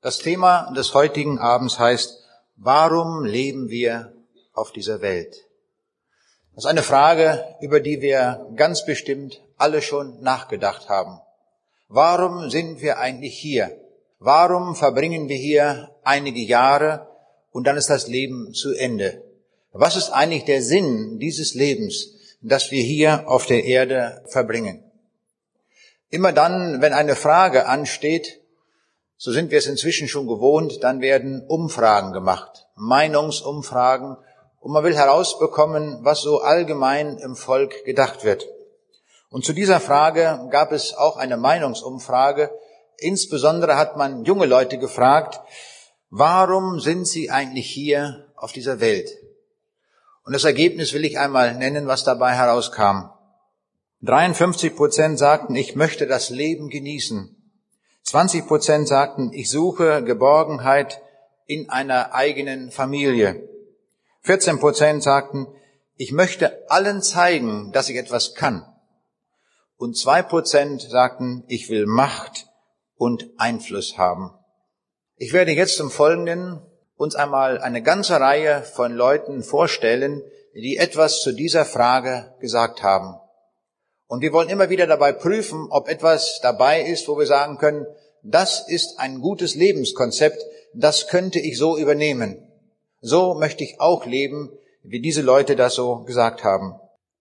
Das Thema des heutigen Abends heißt, warum leben wir auf dieser Welt? Das ist eine Frage, über die wir ganz bestimmt alle schon nachgedacht haben. Warum sind wir eigentlich hier? Warum verbringen wir hier einige Jahre und dann ist das Leben zu Ende? Was ist eigentlich der Sinn dieses Lebens, das wir hier auf der Erde verbringen? Immer dann, wenn eine Frage ansteht, so sind wir es inzwischen schon gewohnt, dann werden Umfragen gemacht, Meinungsumfragen, und man will herausbekommen, was so allgemein im Volk gedacht wird. Und zu dieser Frage gab es auch eine Meinungsumfrage. Insbesondere hat man junge Leute gefragt, warum sind sie eigentlich hier auf dieser Welt? Und das Ergebnis will ich einmal nennen, was dabei herauskam. 53% sagten, ich möchte das Leben genießen. 20% sagten, ich suche Geborgenheit in einer eigenen Familie. 14% sagten, ich möchte allen zeigen, dass ich etwas kann. Und 2% sagten, ich will Macht und Einfluss haben. Ich werde jetzt im Folgenden uns einmal eine ganze Reihe von Leuten vorstellen, die etwas zu dieser Frage gesagt haben. Und wir wollen immer wieder dabei prüfen, ob etwas dabei ist, wo wir sagen können, das ist ein gutes Lebenskonzept, das könnte ich so übernehmen. So möchte ich auch leben, wie diese Leute das so gesagt haben.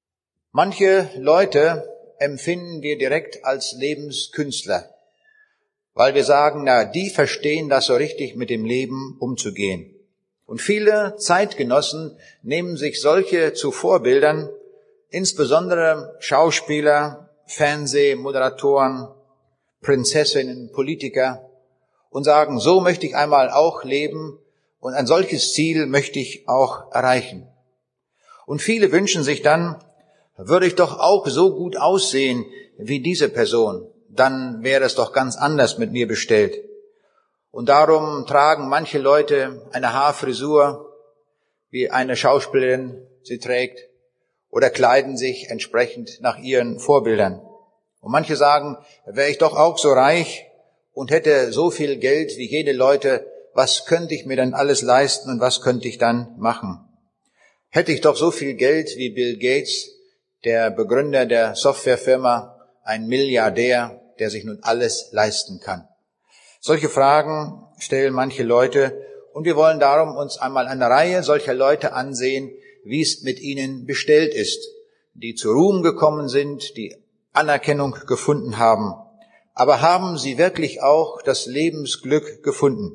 Manche Leute empfinden wir direkt als Lebenskünstler, weil wir sagen, die verstehen das so richtig, mit dem Leben umzugehen. Und viele Zeitgenossen nehmen sich solche zu Vorbildern, insbesondere Schauspieler, Fernsehmoderatoren, Prinzessinnen, Politiker, und sagen, so möchte ich einmal auch leben und ein solches Ziel möchte ich auch erreichen. Und viele wünschen sich dann, würde ich doch auch so gut aussehen wie diese Person, dann wäre es doch ganz anders mit mir bestellt. Und darum tragen manche Leute eine Haarfrisur, wie eine Schauspielerin sie trägt, oder kleiden sich entsprechend nach ihren Vorbildern. Und manche sagen, wäre ich doch auch so reich und hätte so viel Geld wie jene Leute, was könnte ich mir dann alles leisten und was könnte ich dann machen? Hätte ich doch so viel Geld wie Bill Gates, der Begründer der Softwarefirma, ein Milliardär, der sich nun alles leisten kann. Solche Fragen stellen manche Leute und wir wollen darum uns einmal eine Reihe solcher Leute ansehen, wie es mit ihnen bestellt ist, die zu Ruhm gekommen sind, die Anerkennung gefunden haben. Aber haben sie wirklich auch das Lebensglück gefunden?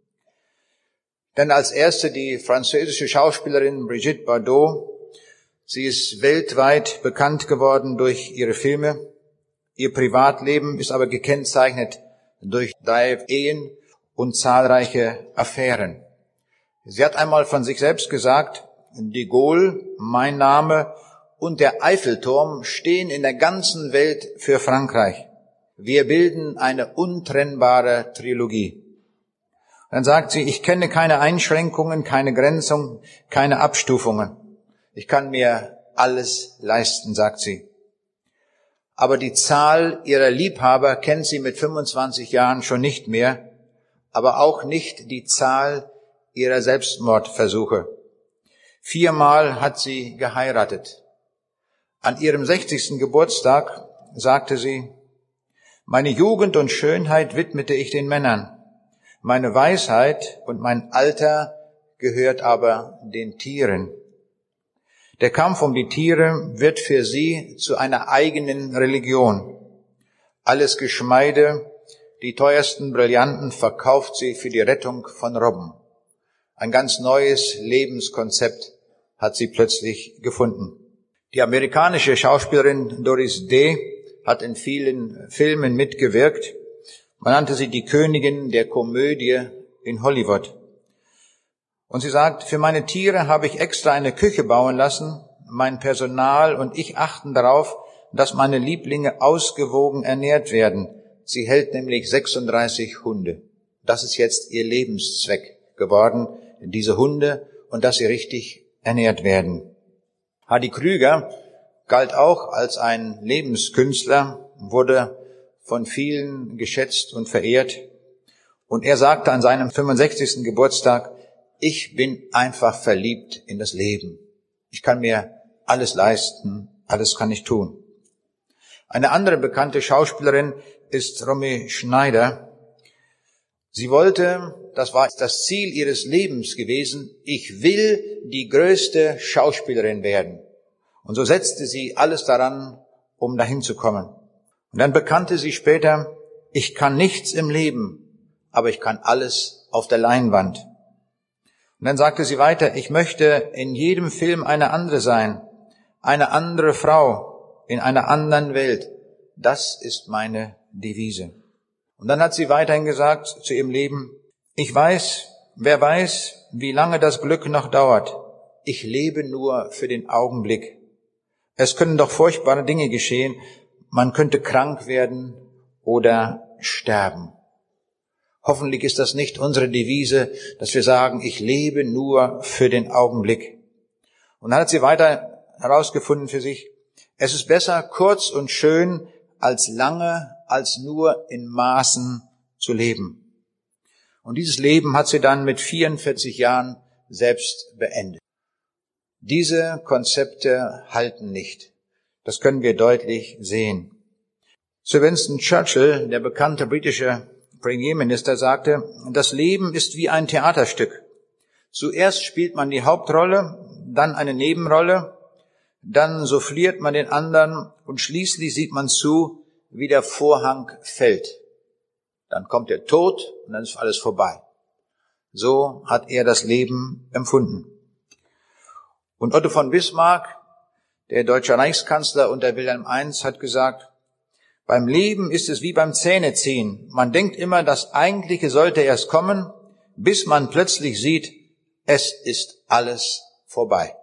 Denn als erste die französische Schauspielerin Brigitte Bardot. Sie ist weltweit bekannt geworden durch ihre Filme. Ihr Privatleben ist aber gekennzeichnet durch 3 Ehen und zahlreiche Affären. Sie hat einmal von sich selbst gesagt, de Gaulle, mein Name und der Eiffelturm stehen in der ganzen Welt für Frankreich. Wir bilden eine untrennbare Trilogie. Dann sagt sie, ich kenne keine Einschränkungen, keine Grenzung, keine Abstufungen. Ich kann mir alles leisten, sagt sie. Aber die Zahl ihrer Liebhaber kennt sie mit 25 Jahren schon nicht mehr, aber auch nicht die Zahl ihrer Selbstmordversuche. 4-mal hat sie geheiratet. An ihrem 60. Geburtstag sagte sie, meine Jugend und Schönheit widmete ich den Männern. Meine Weisheit und mein Alter gehört aber den Tieren. Der Kampf um die Tiere wird für sie zu einer eigenen Religion. Alles Geschmeide, die teuersten Brillanten verkauft sie für die Rettung von Robben. Ein ganz neues Lebenskonzept hat sie plötzlich gefunden. Die amerikanische Schauspielerin Doris Day hat in vielen Filmen mitgewirkt. Man nannte sie die Königin der Komödie in Hollywood. Und sie sagt, für meine Tiere habe ich extra eine Küche bauen lassen. Mein Personal und ich achten darauf, dass meine Lieblinge ausgewogen ernährt werden. Sie hält nämlich 36 Hunde. Das ist jetzt ihr Lebenszweck geworden, diese Hunde, und dass sie richtig ernährt werden. Hardy Krüger galt auch als ein Lebenskünstler, wurde von vielen geschätzt und verehrt. Und er sagte an seinem 65. Geburtstag, ich bin einfach verliebt in das Leben. Ich kann mir alles leisten, alles kann ich tun. Eine andere bekannte Schauspielerin ist Romy Schneider. Sie wollte, das war das Ziel ihres Lebens gewesen, ich will die größte Schauspielerin werden. Und so setzte sie alles daran, um dahin zu kommen. Und dann bekannte sie später, ich kann nichts im Leben, aber ich kann alles auf der Leinwand. Und dann sagte sie weiter, ich möchte in jedem Film eine andere sein, eine andere Frau in einer anderen Welt. Das ist meine Devise. Und dann hat sie weiterhin gesagt zu ihrem Leben, wer weiß, wie lange das Glück noch dauert. Ich lebe nur für den Augenblick. Es können doch furchtbare Dinge geschehen. Man könnte krank werden oder sterben. Hoffentlich ist das nicht unsere Devise, dass wir sagen, ich lebe nur für den Augenblick. Und dann hat sie weiter herausgefunden für sich, es ist besser kurz und schön als lange, als nur in Maßen zu leben. Und dieses Leben hat sie dann mit 44 Jahren selbst beendet. Diese Konzepte halten nicht. Das können wir deutlich sehen. Sir Winston Churchill, der bekannte britische Premierminister, sagte, das Leben ist wie ein Theaterstück. Zuerst spielt man die Hauptrolle, dann eine Nebenrolle, dann souffliert man den anderen und schließlich sieht man zu, wie der Vorhang fällt. Dann kommt der Tod und dann ist alles vorbei. So hat er das Leben empfunden. Und Otto von Bismarck, der deutsche Reichskanzler unter Wilhelm I, hat gesagt, beim Leben ist es wie beim Zähneziehen. Man denkt immer, das Eigentliche sollte erst kommen, bis man plötzlich sieht, es ist alles vorbei.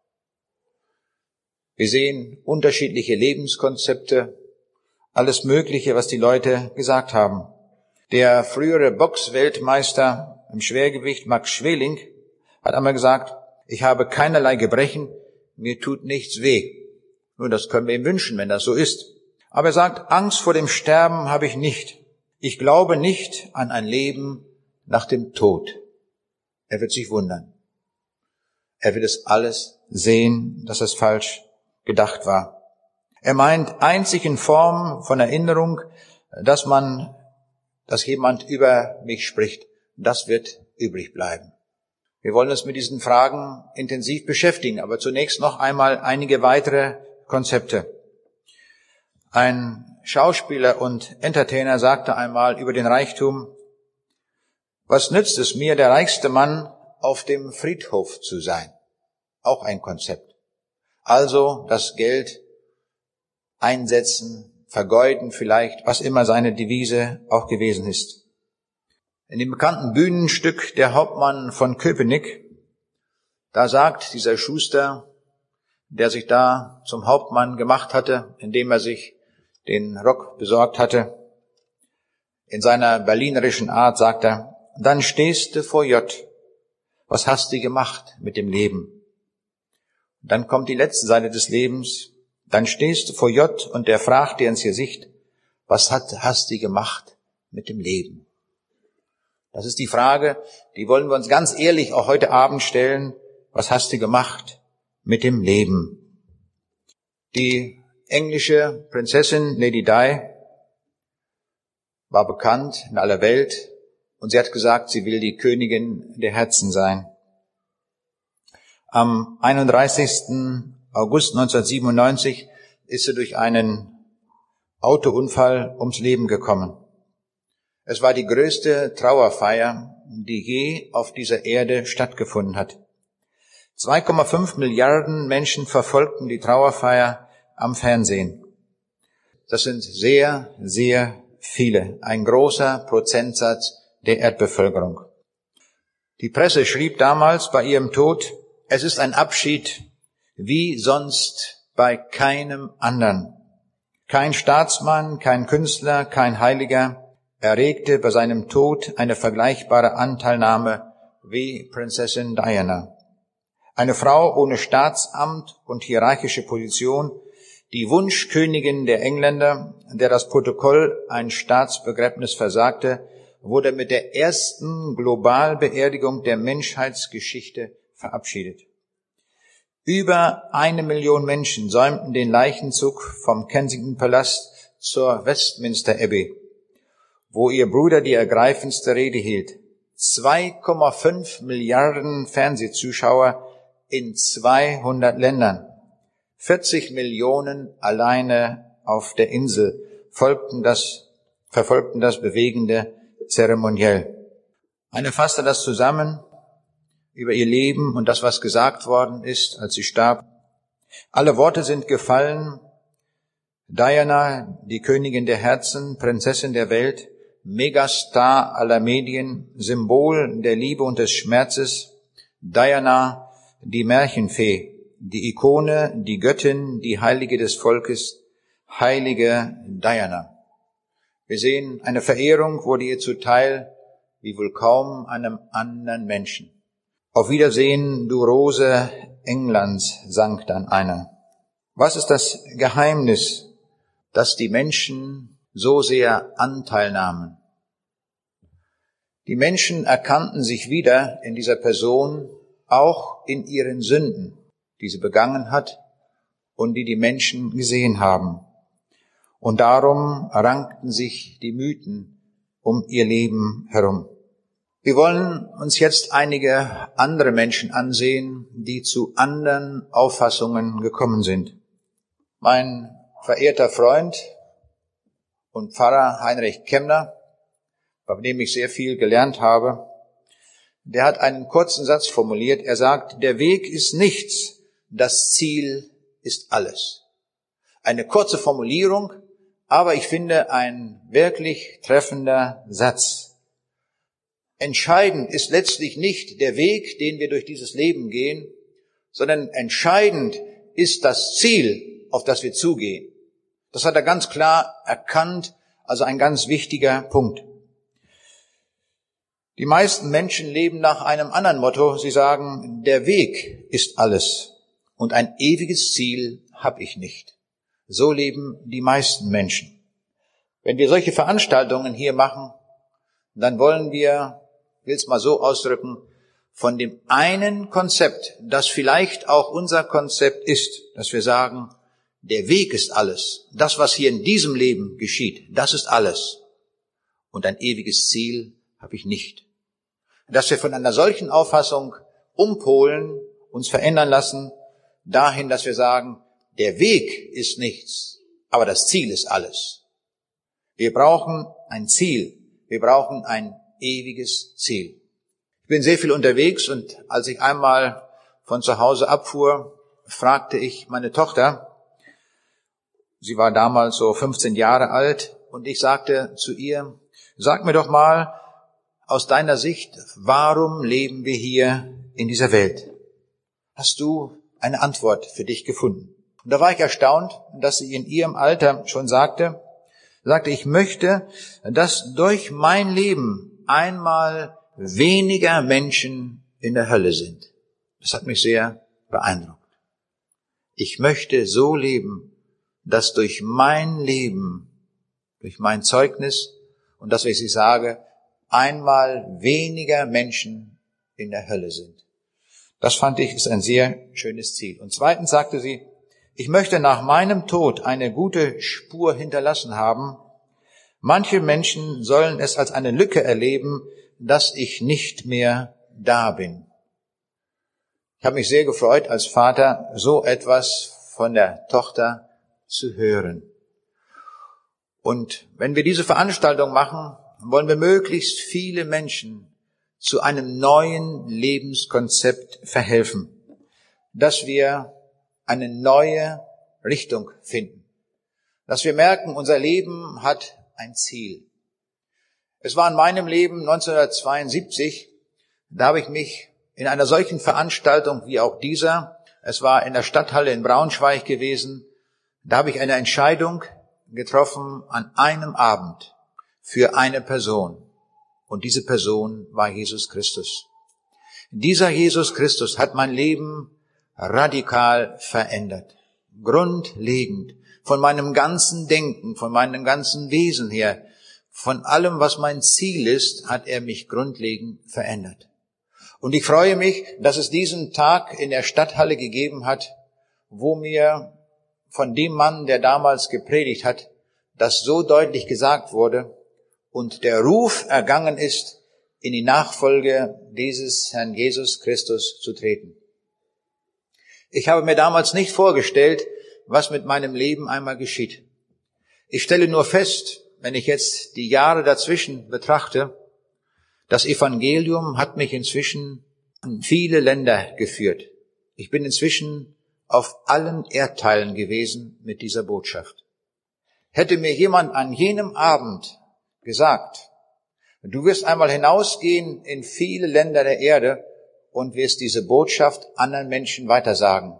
Wir sehen unterschiedliche Lebenskonzepte, alles Mögliche, was die Leute gesagt haben. Der frühere Boxweltmeister im Schwergewicht, Max Schmeling, hat einmal gesagt, ich habe keinerlei Gebrechen, mir tut nichts weh. Nur das können wir ihm wünschen, wenn das so ist. Aber er sagt, Angst vor dem Sterben habe ich nicht. Ich glaube nicht an ein Leben nach dem Tod. Er wird sich wundern. Er wird es alles sehen, dass es falsch gedacht war. Er meint einzig in Form von Erinnerung, dass jemand über mich spricht. Das wird übrig bleiben. Wir wollen uns mit diesen Fragen intensiv beschäftigen, aber zunächst noch einmal einige weitere Konzepte. Ein Schauspieler und Entertainer sagte einmal über den Reichtum, was nützt es mir, der reichste Mann auf dem Friedhof zu sein? Auch ein Konzept. Also das Geld einsetzen, vergeuden vielleicht, was immer seine Devise auch gewesen ist. In dem bekannten Bühnenstück Der Hauptmann von Köpenick, da sagt dieser Schuster, der sich da zum Hauptmann gemacht hatte, indem er sich den Rock besorgt hatte, in seiner berlinerischen Art sagt er, dann stehst du vor J. Was hast du gemacht mit dem Leben? Dann kommt die letzte Seite des Lebens. Dann stehst du vor J und der fragt dir ins Gesicht, was hast du gemacht mit dem Leben? Das ist die Frage, die wollen wir uns ganz ehrlich auch heute Abend stellen. Was hast du gemacht mit dem Leben? Die englische Prinzessin Lady Di war bekannt in aller Welt und sie hat gesagt, sie will die Königin der Herzen sein. Am 31. August 1997 ist sie durch einen Autounfall ums Leben gekommen. Es war die größte Trauerfeier, die je auf dieser Erde stattgefunden hat. 2,5 Milliarden Menschen verfolgten die Trauerfeier am Fernsehen. Das sind sehr, sehr viele, ein großer Prozentsatz der Erdbevölkerung. Die Presse schrieb damals bei ihrem Tod, es ist ein Abschied wie sonst bei keinem anderen. Kein Staatsmann, kein Künstler, kein Heiliger erregte bei seinem Tod eine vergleichbare Anteilnahme wie Prinzessin Diana. Eine Frau ohne Staatsamt und hierarchische Position, die Wunschkönigin der Engländer, der das Protokoll ein Staatsbegräbnis versagte, wurde mit der ersten Globalbeerdigung der Menschheitsgeschichte verabschiedet. Über 1 Million Menschen säumten den Leichenzug vom Kensington Palast zur Westminster Abbey, wo ihr Bruder die ergreifendste Rede hielt. 2,5 Milliarden Fernsehzuschauer in 200 Ländern. 40 Millionen alleine auf der Insel verfolgten das bewegende Zeremoniell. Eine fasste das zusammen über ihr Leben und das, was gesagt worden ist, als sie starb. Alle Worte sind gefallen. Diana, die Königin der Herzen, Prinzessin der Welt, Megastar aller Medien, Symbol der Liebe und des Schmerzes. Diana, die Märchenfee, die Ikone, die Göttin, die Heilige des Volkes, heilige Diana. Wir sehen, eine Verehrung wurde ihr zuteil, wie wohl kaum einem anderen Menschen. Auf Wiedersehen, du Rose Englands, sang dann einer. Was ist das Geheimnis, dass die Menschen so sehr Anteil nahmen? Die Menschen erkannten sich wieder in dieser Person, auch in ihren Sünden, die sie begangen hat und die Menschen gesehen haben. Und darum rankten sich die Mythen um ihr Leben herum. Wir wollen uns jetzt einige andere Menschen ansehen, die zu anderen Auffassungen gekommen sind. Mein verehrter Freund und Pfarrer Heinrich Kemner, bei dem ich sehr viel gelernt habe, der hat einen kurzen Satz formuliert. Er sagt, der Weg ist nichts, das Ziel ist alles. Eine kurze Formulierung, aber ich finde ein wirklich treffender Satz. Entscheidend ist letztlich nicht der Weg, den wir durch dieses Leben gehen, sondern entscheidend ist das Ziel, auf das wir zugehen. Das hat er ganz klar erkannt, also ein ganz wichtiger Punkt. Die meisten Menschen leben nach einem anderen Motto. Sie sagen, der Weg ist alles und ein ewiges Ziel habe ich nicht. So leben die meisten Menschen. Wenn wir solche Veranstaltungen hier machen, dann wollen wir, ich will es mal so ausdrücken, von dem einen Konzept, das vielleicht auch unser Konzept ist, dass wir sagen, der Weg ist alles. Das, was hier in diesem Leben geschieht, das ist alles. Und ein ewiges Ziel habe ich nicht. Dass wir von einer solchen Auffassung umpolen, uns verändern lassen, dahin, dass wir sagen, der Weg ist nichts, aber das Ziel ist alles. Wir brauchen ein Ziel. Wir brauchen ein ewiges Ziel. Ich bin sehr viel unterwegs und als ich einmal von zu Hause abfuhr, fragte ich meine Tochter, sie war damals so 15 Jahre alt, und ich sagte zu ihr, sag mir doch mal aus deiner Sicht, warum leben wir hier in dieser Welt? Hast du eine Antwort für dich gefunden? Und da war ich erstaunt, dass sie in ihrem Alter schon sagte, ich möchte, dass durch mein Leben einmal weniger Menschen in der Hölle sind. Das hat mich sehr beeindruckt. Ich möchte so leben, dass durch mein Leben, durch mein Zeugnis und das, was ich sage, einmal weniger Menschen in der Hölle sind. Das fand ich ist ein sehr schönes Ziel. Und zweitens sagte sie, ich möchte nach meinem Tod eine gute Spur hinterlassen haben. Manche Menschen sollen es als eine Lücke erleben, dass ich nicht mehr da bin. Ich habe mich sehr gefreut, als Vater so etwas von der Tochter zu hören. Und wenn wir diese Veranstaltung machen, wollen wir möglichst viele Menschen zu einem neuen Lebenskonzept verhelfen, dass wir eine neue Richtung finden, dass wir merken, unser Leben hat ein Ziel. Es war in meinem Leben 1972, da habe ich mich in einer solchen Veranstaltung wie auch dieser, es war in der Stadthalle in Braunschweig gewesen, da habe ich eine Entscheidung getroffen an einem Abend für eine Person. Und diese Person war Jesus Christus. Dieser Jesus Christus hat mein Leben radikal verändert. Grundlegend. Von meinem ganzen Denken, von meinem ganzen Wesen her, von allem, was mein Ziel ist, hat er mich grundlegend verändert. Und ich freue mich, dass es diesen Tag in der Stadthalle gegeben hat, wo mir von dem Mann, der damals gepredigt hat, das so deutlich gesagt wurde und der Ruf ergangen ist, in die Nachfolge dieses Herrn Jesus Christus zu treten. Ich habe mir damals nicht vorgestellt, was mit meinem Leben einmal geschieht. Ich stelle nur fest, wenn ich jetzt die Jahre dazwischen betrachte, das Evangelium hat mich inzwischen in viele Länder geführt. Ich bin inzwischen auf allen Erdteilen gewesen mit dieser Botschaft. Hätte mir jemand an jenem Abend gesagt, du wirst einmal hinausgehen in viele Länder der Erde und wirst diese Botschaft anderen Menschen weitersagen,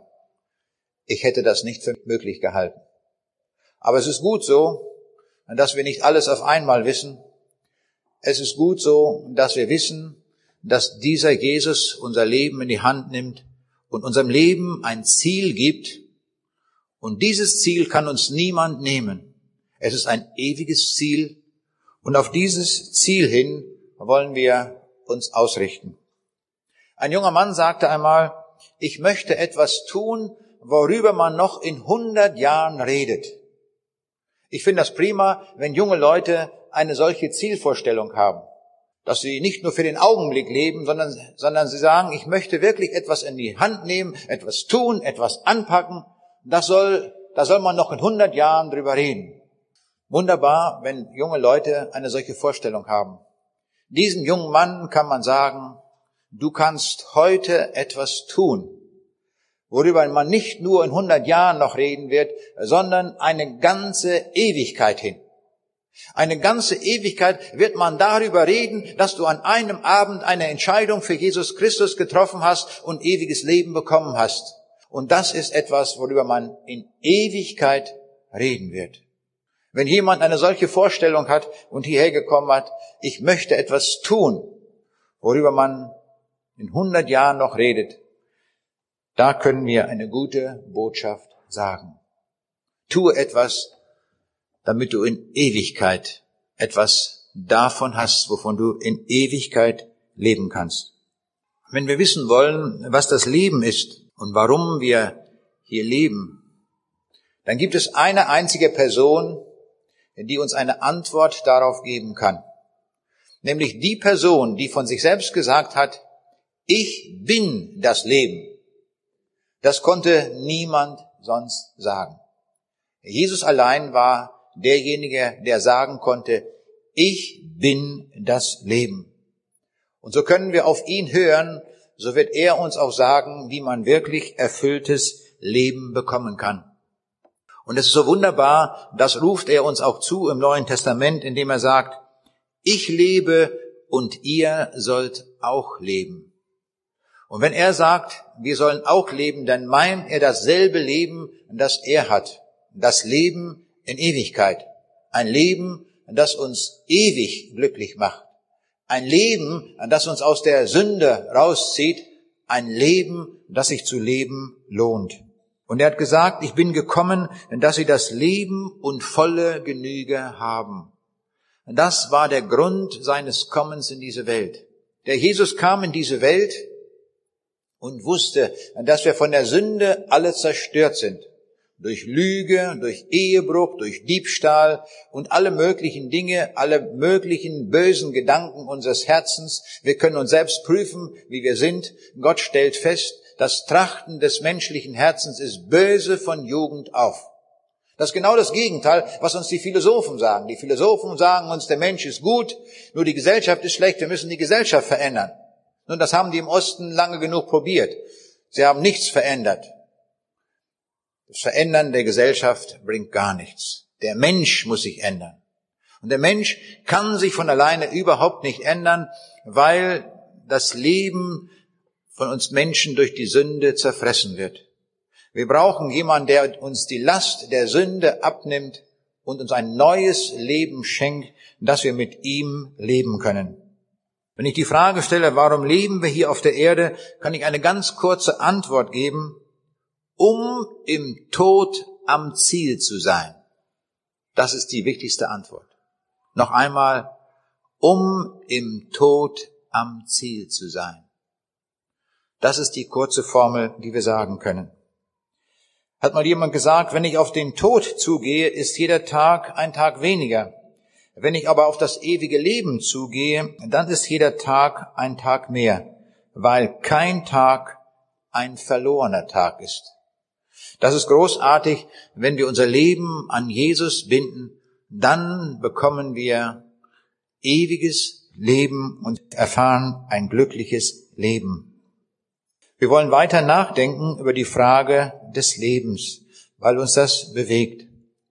ich hätte das nicht für möglich gehalten. Aber es ist gut so, dass wir nicht alles auf einmal wissen. Es ist gut so, dass wir wissen, dass dieser Jesus unser Leben in die Hand nimmt und unserem Leben ein Ziel gibt. Und dieses Ziel kann uns niemand nehmen. Es ist ein ewiges Ziel. Und auf dieses Ziel hin wollen wir uns ausrichten. Ein junger Mann sagte einmal, ich möchte etwas tun, worüber man noch in 100 Jahren redet. Ich finde das prima, wenn junge Leute eine solche Zielvorstellung haben, dass sie nicht nur für den Augenblick leben, sondern sie sagen, ich möchte wirklich etwas in die Hand nehmen, etwas tun, etwas anpacken. Da soll man noch in 100 Jahren drüber reden. Wunderbar, wenn junge Leute eine solche Vorstellung haben. Diesem jungen Mann kann man sagen, du kannst heute etwas tun, worüber man nicht nur in 100 Jahren noch reden wird, sondern eine ganze Ewigkeit hin. Eine ganze Ewigkeit wird man darüber reden, dass du an einem Abend eine Entscheidung für Jesus Christus getroffen hast und ewiges Leben bekommen hast. Und das ist etwas, worüber man in Ewigkeit reden wird. Wenn jemand eine solche Vorstellung hat und hierher gekommen hat, ich möchte etwas tun, worüber man in 100 Jahren noch redet, da können wir eine gute Botschaft sagen. Tue etwas, damit du in Ewigkeit etwas davon hast, wovon du in Ewigkeit leben kannst. Wenn wir wissen wollen, was das Leben ist und warum wir hier leben, dann gibt es eine einzige Person, die uns eine Antwort darauf geben kann. Nämlich die Person, die von sich selbst gesagt hat, ich bin das Leben. Das konnte niemand sonst sagen. Jesus allein war derjenige, der sagen konnte, ich bin das Leben. Und so können wir auf ihn hören, so wird er uns auch sagen, wie man wirklich erfülltes Leben bekommen kann. Und es ist so wunderbar, das ruft er uns auch zu im Neuen Testament, indem er sagt, ich lebe und ihr sollt auch leben. Und wenn er sagt, wir sollen auch leben, dann meint er dasselbe Leben, das er hat. Das Leben in Ewigkeit. Ein Leben, das uns ewig glücklich macht. Ein Leben, das uns aus der Sünde rauszieht. Ein Leben, das sich zu leben lohnt. Und er hat gesagt, ich bin gekommen, dass sie das Leben und volle Genüge haben. Das war der Grund seines Kommens in diese Welt. Der Jesus kam in diese Welt und wusste, dass wir von der Sünde alle zerstört sind. Durch Lüge, durch Ehebruch, durch Diebstahl und alle möglichen Dinge, alle möglichen bösen Gedanken unseres Herzens. Wir können uns selbst prüfen, wie wir sind. Gott stellt fest, das Trachten des menschlichen Herzens ist böse von Jugend auf. Das ist genau das Gegenteil, was uns die Philosophen sagen. Die Philosophen sagen uns, der Mensch ist gut, nur die Gesellschaft ist schlecht, wir müssen die Gesellschaft verändern. Nun, das haben die im Osten lange genug probiert. Sie haben nichts verändert. Das Verändern der Gesellschaft bringt gar nichts. Der Mensch muss sich ändern. Und der Mensch kann sich von alleine überhaupt nicht ändern, weil das Leben von uns Menschen durch die Sünde zerfressen wird. Wir brauchen jemanden, der uns die Last der Sünde abnimmt und uns ein neues Leben schenkt, dass wir mit ihm leben können. Wenn ich die Frage stelle, warum leben wir hier auf der Erde, kann ich eine ganz kurze Antwort geben, um im Tod am Ziel zu sein. Das ist die wichtigste Antwort. Noch einmal, um im Tod am Ziel zu sein. Das ist die kurze Formel, die wir sagen können. Hat mal jemand gesagt, wenn ich auf den Tod zugehe, ist jeder Tag ein Tag weniger. Wenn ich aber auf das ewige Leben zugehe, dann ist jeder Tag ein Tag mehr, weil kein Tag ein verlorener Tag ist. Das ist großartig, wenn wir unser Leben an Jesus binden, dann bekommen wir ewiges Leben und erfahren ein glückliches Leben. Wir wollen weiter nachdenken über die Frage des Lebens, weil uns das bewegt.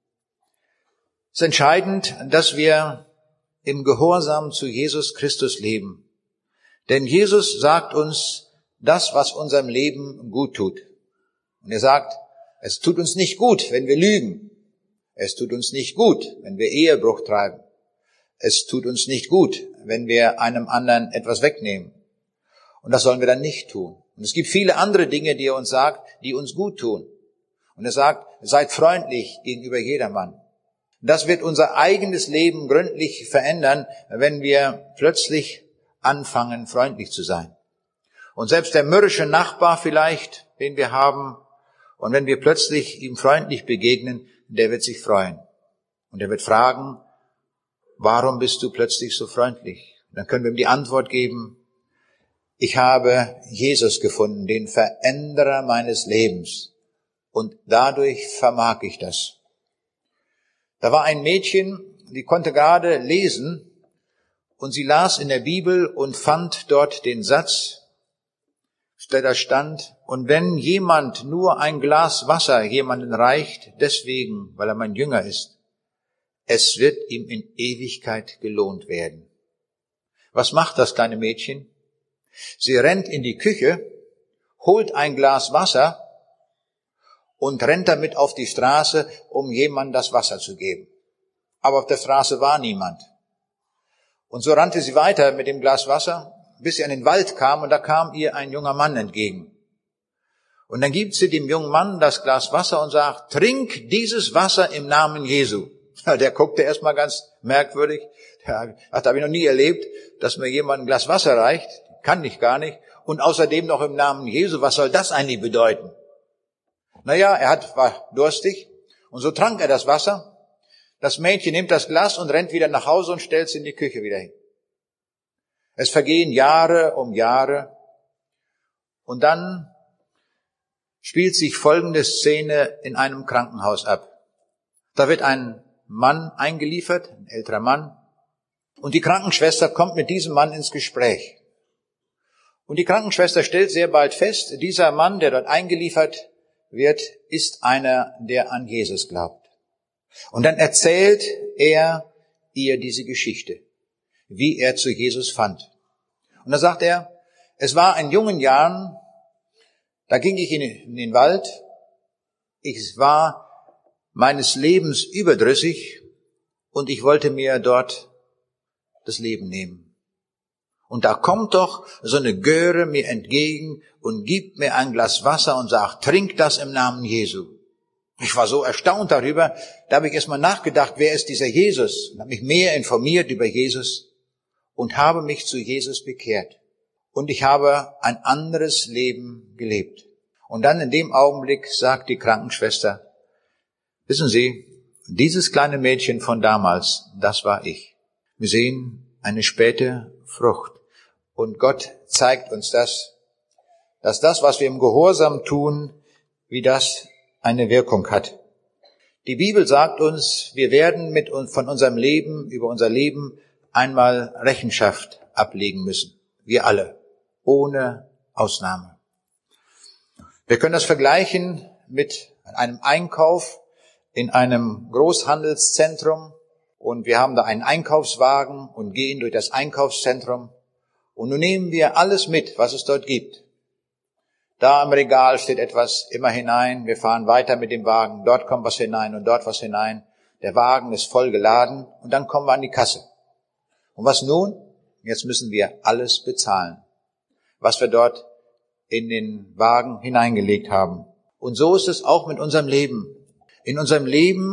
Es ist entscheidend, dass wir im Gehorsam zu Jesus Christus leben. Denn Jesus sagt uns das, was unserem Leben gut tut. Und er sagt, es tut uns nicht gut, wenn wir lügen. Es tut uns nicht gut, wenn wir Ehebruch treiben. Es tut uns nicht gut, wenn wir einem anderen etwas wegnehmen. Und das sollen wir dann nicht tun. Und es gibt viele andere Dinge, die er uns sagt, die uns gut tun. Und er sagt, seid freundlich gegenüber jedermann. Das wird unser eigenes Leben gründlich verändern, wenn wir plötzlich anfangen, freundlich zu sein. Und selbst der mürrische Nachbar vielleicht, den wir haben, und wenn wir plötzlich ihm freundlich begegnen, der wird sich freuen. Und er wird fragen, warum bist du plötzlich so freundlich? Und dann können wir ihm die Antwort geben, ich habe Jesus gefunden, den Veränderer meines Lebens. Und dadurch vermag ich das. Da war ein Mädchen, die konnte gerade lesen und sie las in der Bibel und fand dort den Satz, der da stand, und wenn jemand nur ein Glas Wasser jemanden reicht, deswegen, weil er mein Jünger ist, es wird ihm in Ewigkeit gelohnt werden. Was macht das kleine Mädchen? Sie rennt in die Küche, holt ein Glas Wasser und rennt damit auf die Straße, um jemandem das Wasser zu geben. Aber auf der Straße war niemand. Und so rannte sie weiter mit dem Glas Wasser, bis sie an den Wald kam, und da kam ihr ein junger Mann entgegen. Und dann gibt sie dem jungen Mann das Glas Wasser und sagt, trink dieses Wasser im Namen Jesu. Der guckte erstmal ganz merkwürdig. Das habe ich noch nie erlebt, dass mir jemand ein Glas Wasser reicht. Kann ich gar nicht. Und außerdem noch im Namen Jesu. Was soll das eigentlich bedeuten? Naja, war durstig. Und so trank er das Wasser. Das Mädchen nimmt das Glas und rennt wieder nach Hause und stellt es in die Küche wieder hin. Es vergehen Jahre um Jahre. Und dann spielt sich folgende Szene in einem Krankenhaus ab. Da wird ein Mann eingeliefert, ein älterer Mann. Und die Krankenschwester kommt mit diesem Mann ins Gespräch. Und die Krankenschwester stellt sehr bald fest, dieser Mann, der dort eingeliefert wird, ist einer, der an Jesus glaubt. Und dann erzählt er ihr diese Geschichte, wie er zu Jesus fand. Und dann sagt er, es war in jungen Jahren, da ging ich in den Wald, ich war meines Lebens überdrüssig und ich wollte mir dort das Leben nehmen. Und da kommt doch so eine Göre mir entgegen und gibt mir ein Glas Wasser und sagt, trink das im Namen Jesu. Ich war so erstaunt darüber, da habe ich erstmal nachgedacht, wer ist dieser Jesus? Und habe mich mehr informiert über Jesus und habe mich zu Jesus bekehrt. Und ich habe ein anderes Leben gelebt. Und dann in dem Augenblick sagt die Krankenschwester, wissen Sie, dieses kleine Mädchen von damals, das war ich. Wir sehen eine späte Frucht. Und Gott zeigt uns das, dass das, was wir im Gehorsam tun, wie das eine Wirkung hat. Die Bibel sagt uns, wir werden von unserem Leben, über unser Leben einmal Rechenschaft ablegen müssen. Wir alle, ohne Ausnahme. Wir können das vergleichen mit einem Einkauf in einem Großhandelszentrum. Und wir haben da einen Einkaufswagen und gehen durch das Einkaufszentrum. Und nun nehmen wir alles mit, was es dort gibt. Da im Regal steht etwas immer hinein. Wir fahren weiter mit dem Wagen. Dort kommt was hinein und dort was hinein. Der Wagen ist voll geladen und dann kommen wir an die Kasse. Und was nun? Jetzt müssen wir alles bezahlen, was wir dort in den Wagen hineingelegt haben. Und so ist es auch mit unserem Leben. In unserem Leben,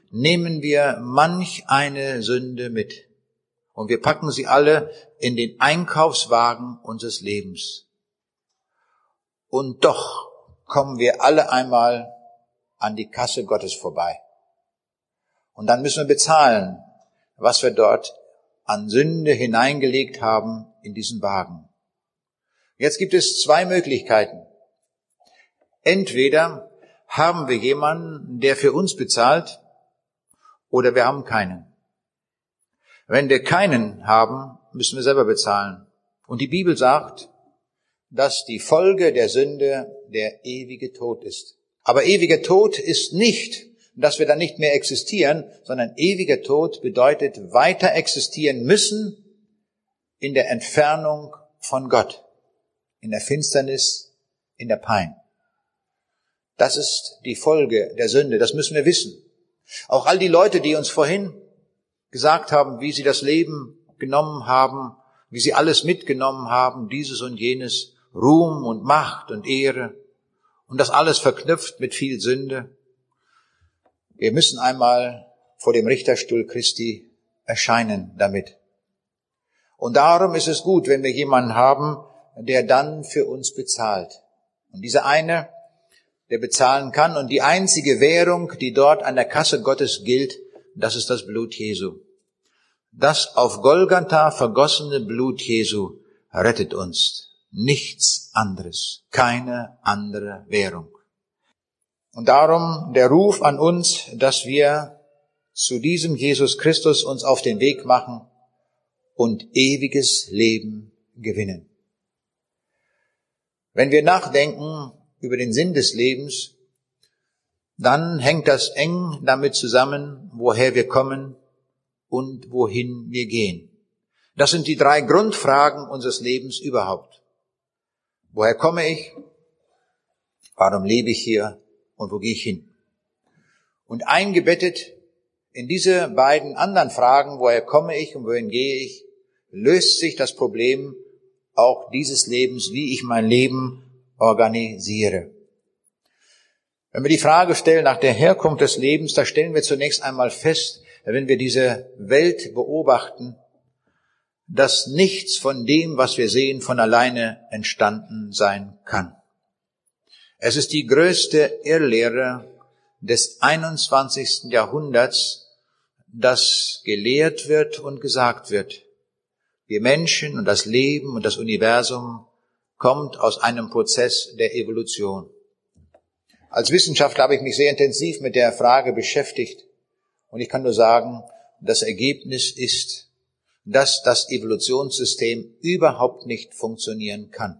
nehmen wir manch eine Sünde mit und wir packen sie alle in den Einkaufswagen unseres Lebens. Und doch kommen wir alle einmal an die Kasse Gottes vorbei. Und dann müssen wir bezahlen, was wir dort an Sünde hineingelegt haben in diesen Wagen. Jetzt gibt es zwei Möglichkeiten. Entweder haben wir jemanden, der für uns bezahlt, oder wir haben keinen. Wenn wir keinen haben, müssen wir selber bezahlen. Und die Bibel sagt, dass die Folge der Sünde der ewige Tod ist. Aber ewiger Tod ist nicht, dass wir dann nicht mehr existieren, sondern ewiger Tod bedeutet weiter existieren müssen in der Entfernung von Gott, in der Finsternis, in der Pein. Das ist die Folge der Sünde, das müssen wir wissen. Auch all die Leute, die uns vorhin gesagt haben, wie sie das Leben genommen haben, wie sie alles mitgenommen haben, dieses und jenes, Ruhm und Macht und Ehre, und das alles verknüpft mit viel Sünde. Wir müssen einmal vor dem Richterstuhl Christi erscheinen damit. Und darum ist es gut, wenn wir jemanden haben, der dann für uns bezahlt. Und dieser eine, der bezahlen kann, und die einzige Währung, die dort an der Kasse Gottes gilt, das ist das Blut Jesu. Das auf Golgatha vergossene Blut Jesu rettet uns. Nichts anderes, keine andere Währung. Und darum der Ruf an uns, dass wir zu diesem Jesus Christus uns auf den Weg machen und ewiges Leben gewinnen. Wenn wir nachdenken über den Sinn des Lebens, dann hängt das eng damit zusammen, woher wir kommen und wohin wir gehen. Das sind die drei Grundfragen unseres Lebens überhaupt. Woher komme ich? Warum lebe ich hier? Und wo gehe ich hin? Und eingebettet in diese beiden anderen Fragen, woher komme ich und wohin gehe ich, löst sich das Problem auch dieses Lebens, wie ich mein Leben organisiere. Wenn wir die Frage stellen nach der Herkunft des Lebens, da stellen wir zunächst einmal fest, wenn wir diese Welt beobachten, dass nichts von dem, was wir sehen, von alleine entstanden sein kann. Es ist die größte Irrlehre des 21. Jahrhunderts, dass gelehrt wird und gesagt wird, wir Menschen und das Leben und das Universum kommt aus einem Prozess der Evolution. Als Wissenschaftler habe ich mich sehr intensiv mit der Frage beschäftigt und ich kann nur sagen, das Ergebnis ist, dass das Evolutionssystem überhaupt nicht funktionieren kann.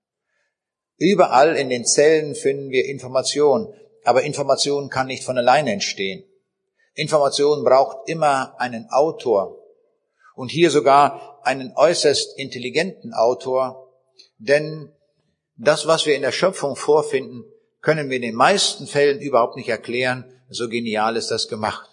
Überall in den Zellen finden wir Information, aber Information kann nicht von alleine entstehen. Information braucht immer einen Autor und hier sogar einen äußerst intelligenten Autor, denn das, was wir in der Schöpfung vorfinden, können wir in den meisten Fällen überhaupt nicht erklären, so genial ist das gemacht.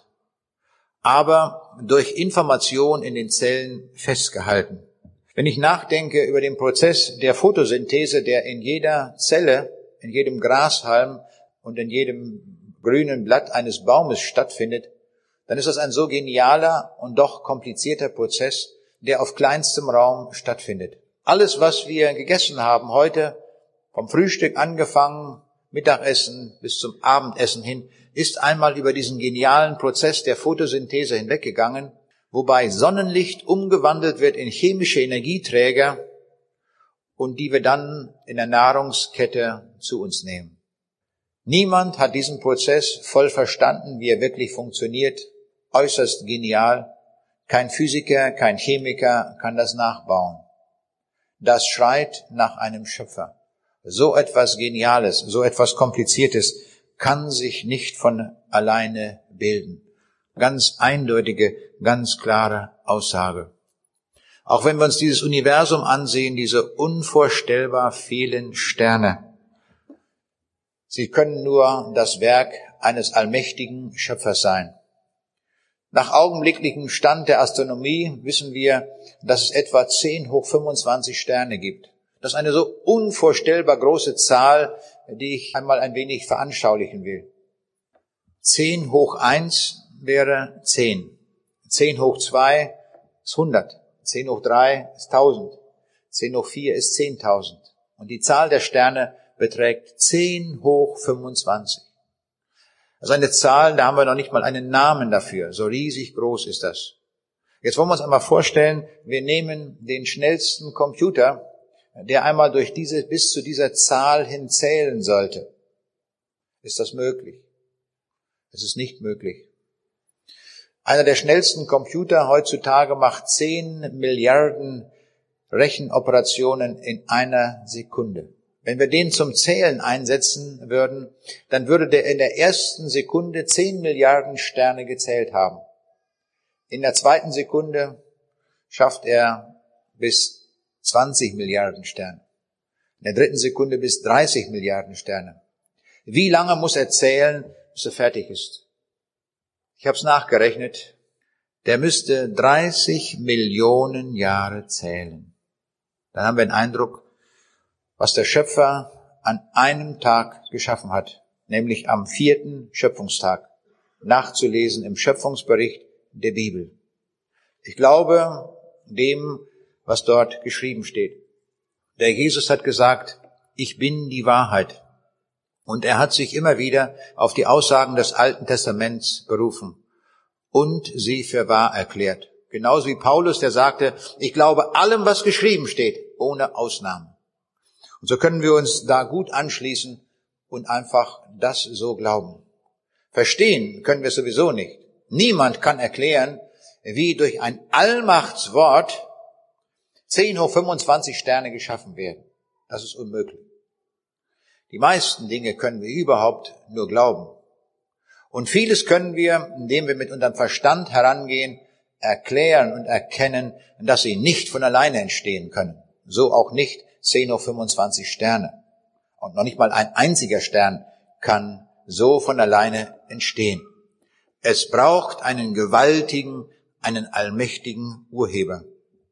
Aber durch Information in den Zellen festgehalten. Wenn ich nachdenke über den Prozess der Photosynthese, der in jeder Zelle, in jedem Grashalm und in jedem grünen Blatt eines Baumes stattfindet, dann ist das ein so genialer und doch komplizierter Prozess, der auf kleinstem Raum stattfindet. Alles, was wir gegessen haben heute, vom Frühstück angefangen, Mittagessen bis zum Abendessen hin, ist einmal über diesen genialen Prozess der Photosynthese hinweggegangen, wobei Sonnenlicht umgewandelt wird in chemische Energieträger und die wir dann in der Nahrungskette zu uns nehmen. Niemand hat diesen Prozess voll verstanden, wie er wirklich funktioniert. Äußerst genial. Kein Physiker, kein Chemiker kann das nachbauen. Das schreit nach einem Schöpfer. So etwas Geniales, so etwas Kompliziertes kann sich nicht von alleine bilden. Ganz eindeutige, ganz klare Aussage. Auch wenn wir uns dieses Universum ansehen, diese unvorstellbar vielen Sterne, sie können nur das Werk eines allmächtigen Schöpfers sein. Nach augenblicklichem Stand der Astronomie wissen wir, dass es etwa 10 hoch 25 Sterne gibt. Das ist eine so unvorstellbar große Zahl, die ich einmal ein wenig veranschaulichen will. 10 hoch 1, wäre 10. 10 hoch 2 ist 100. 10 hoch 3 ist 1000. 10 hoch 4 ist 10.000. Und die Zahl der Sterne beträgt 10 hoch 25. Das ist eine Zahl, da haben wir noch nicht mal einen Namen dafür. So riesig groß ist das. Jetzt wollen wir uns einmal vorstellen, wir nehmen den schnellsten Computer, der einmal bis zu dieser Zahl hin zählen sollte. Ist das möglich? Es ist nicht möglich. Einer der schnellsten Computer heutzutage macht 10 Milliarden Rechenoperationen in einer Sekunde. Wenn wir den zum Zählen einsetzen würden, dann würde der in der ersten Sekunde 10 Milliarden Sterne gezählt haben. In der zweiten Sekunde schafft er bis 20 Milliarden Sterne. In der dritten Sekunde bis 30 Milliarden Sterne. Wie lange muss er zählen, bis er fertig ist? Ich habe es nachgerechnet. Der müsste 30 Millionen Jahre zählen. Dann haben wir den Eindruck, was der Schöpfer an einem Tag geschaffen hat, nämlich am 4. Schöpfungstag, nachzulesen im Schöpfungsbericht der Bibel. Ich glaube dem, was dort geschrieben steht. Der Jesus hat gesagt, ich bin die Wahrheit. Und er hat sich immer wieder auf die Aussagen des Alten Testaments berufen und sie für wahr erklärt. Genauso wie Paulus, der sagte, ich glaube allem, was geschrieben steht, ohne Ausnahmen. Und so können wir uns da gut anschließen und einfach das so glauben. Verstehen können wir sowieso nicht. Niemand kann erklären, wie durch ein Allmachtswort 10 hoch 25 Sterne geschaffen werden. Das ist unmöglich. Die meisten Dinge können wir überhaupt nur glauben. Und vieles können wir, indem wir mit unserem Verstand herangehen, erklären und erkennen, dass sie nicht von alleine entstehen können. So auch nicht 10 hoch 25 Sterne. Und noch nicht mal ein einziger Stern kann so von alleine entstehen. Es braucht einen gewaltigen, einen allmächtigen Urheber.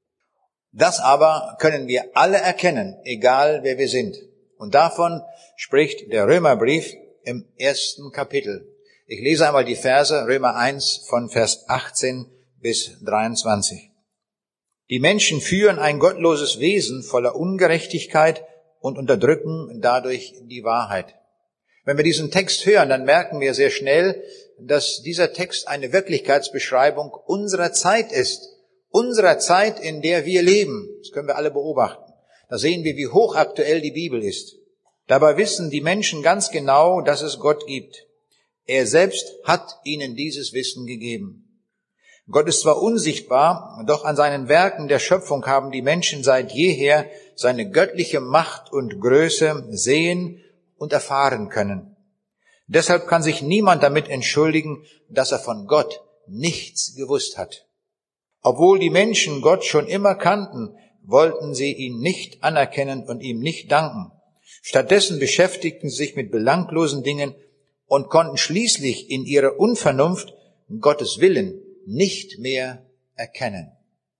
Das aber können wir alle erkennen, egal wer wir sind. Und davon spricht der Römerbrief im 1. Kapitel. Ich lese einmal die Verse, Römer 1 von Vers 18 bis 23. Die Menschen führen ein gottloses Wesen voller Ungerechtigkeit und unterdrücken dadurch die Wahrheit. Wenn wir diesen Text hören, dann merken wir sehr schnell, dass dieser Text eine Wirklichkeitsbeschreibung unserer Zeit ist. Unserer Zeit, in der wir leben. Das können wir alle beobachten. Da sehen wir, wie hochaktuell die Bibel ist. Dabei wissen die Menschen ganz genau, dass es Gott gibt. Er selbst hat ihnen dieses Wissen gegeben. Gott ist zwar unsichtbar, doch an seinen Werken der Schöpfung haben die Menschen seit jeher seine göttliche Macht und Größe sehen und erfahren können. Deshalb kann sich niemand damit entschuldigen, dass er von Gott nichts gewusst hat. Obwohl die Menschen Gott schon immer kannten, wollten sie ihn nicht anerkennen und ihm nicht danken. Stattdessen beschäftigten sie sich mit belanglosen Dingen und konnten schließlich in ihrer Unvernunft Gottes Willen nicht mehr erkennen.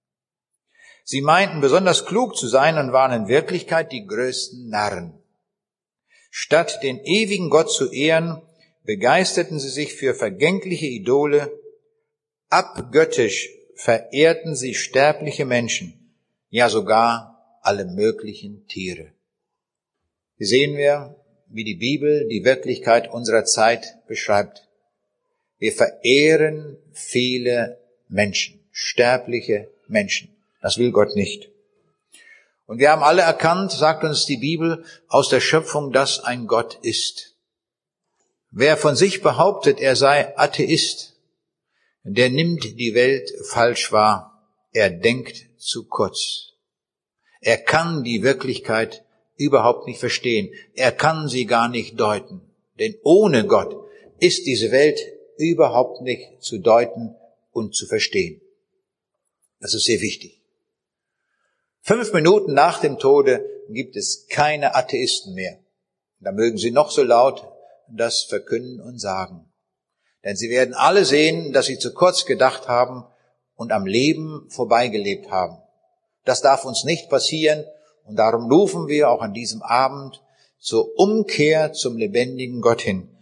Sie meinten besonders klug zu sein und waren in Wirklichkeit die größten Narren. Statt den ewigen Gott zu ehren, begeisterten sie sich für vergängliche Idole. Abgöttisch verehrten sie sterbliche Menschen, ja sogar alle möglichen Tiere. Hier sehen wir, wie die Bibel die Wirklichkeit unserer Zeit beschreibt. Wir verehren viele Menschen, sterbliche Menschen. Das will Gott nicht. Und wir haben alle erkannt, sagt uns die Bibel aus der Schöpfung, dass ein Gott ist. Wer von sich behauptet, er sei Atheist, der nimmt die Welt falsch wahr. Er denkt zu kurz. Er kann die Wirklichkeit überhaupt nicht verstehen. Er kann sie gar nicht deuten. Denn ohne Gott ist diese Welt überhaupt nicht zu deuten und zu verstehen. Das ist sehr wichtig. 5 Minuten nach dem Tode gibt es keine Atheisten mehr. Da mögen sie noch so laut das verkünden und sagen. Denn sie werden alle sehen, dass sie zu kurz gedacht haben und am Leben vorbeigelebt haben. Das darf uns nicht passieren und darum rufen wir auch an diesem Abend zur Umkehr zum lebendigen Gott hin.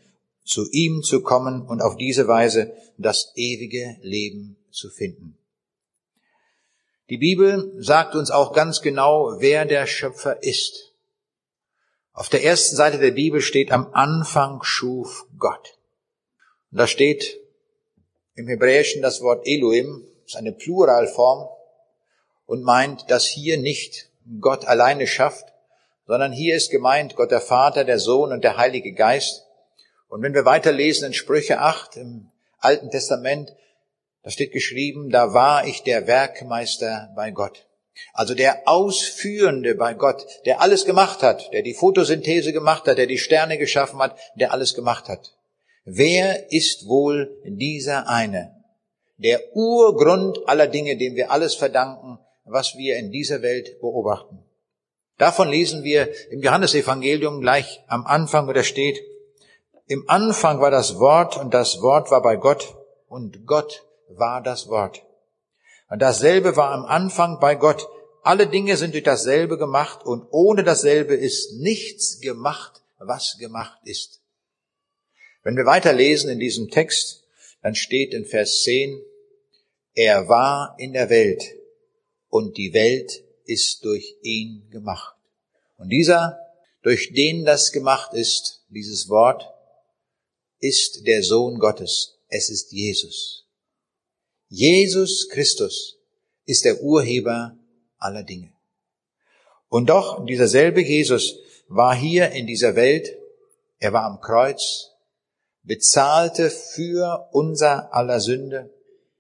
zu ihm zu kommen und auf diese Weise das ewige Leben zu finden. Die Bibel sagt uns auch ganz genau, wer der Schöpfer ist. Auf der ersten Seite der Bibel steht, am Anfang schuf Gott. Und da steht im Hebräischen das Wort Elohim, das ist eine Pluralform und meint, dass hier nicht Gott alleine schafft, sondern hier ist gemeint Gott der Vater, der Sohn und der Heilige Geist. Und wenn wir weiterlesen in Sprüche 8 im Alten Testament, da steht geschrieben, da war ich der Werkmeister bei Gott. Also der Ausführende bei Gott, der alles gemacht hat, der die Photosynthese gemacht hat, der die Sterne geschaffen hat, der alles gemacht hat. Wer ist wohl dieser eine? Der Urgrund aller Dinge, dem wir alles verdanken, was wir in dieser Welt beobachten. Davon lesen wir im Johannesevangelium gleich am Anfang, wo da steht, im Anfang war das Wort und das Wort war bei Gott und Gott war das Wort. Und dasselbe war am Anfang bei Gott. Alle Dinge sind durch dasselbe gemacht und ohne dasselbe ist nichts gemacht, was gemacht ist. Wenn wir weiterlesen in diesem Text, dann steht in Vers 10, er war in der Welt und die Welt ist durch ihn gemacht. Und dieser, durch den das gemacht ist, dieses Wort, ist der Sohn Gottes. Es ist Jesus. Jesus Christus ist der Urheber aller Dinge. Und doch, dieser selbe Jesus war hier in dieser Welt, er war am Kreuz, bezahlte für unser aller Sünde,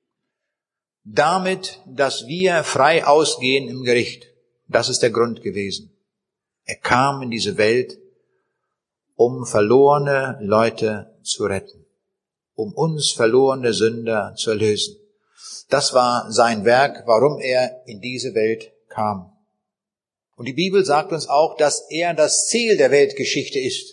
damit, dass wir frei ausgehen im Gericht. Das ist der Grund gewesen. Er kam in diese Welt, um verlorene Leute zu retten, um uns verlorene Sünder zu erlösen. Das war sein Werk, warum er in diese Welt kam. Und die Bibel sagt uns auch, dass er das Ziel der Weltgeschichte ist.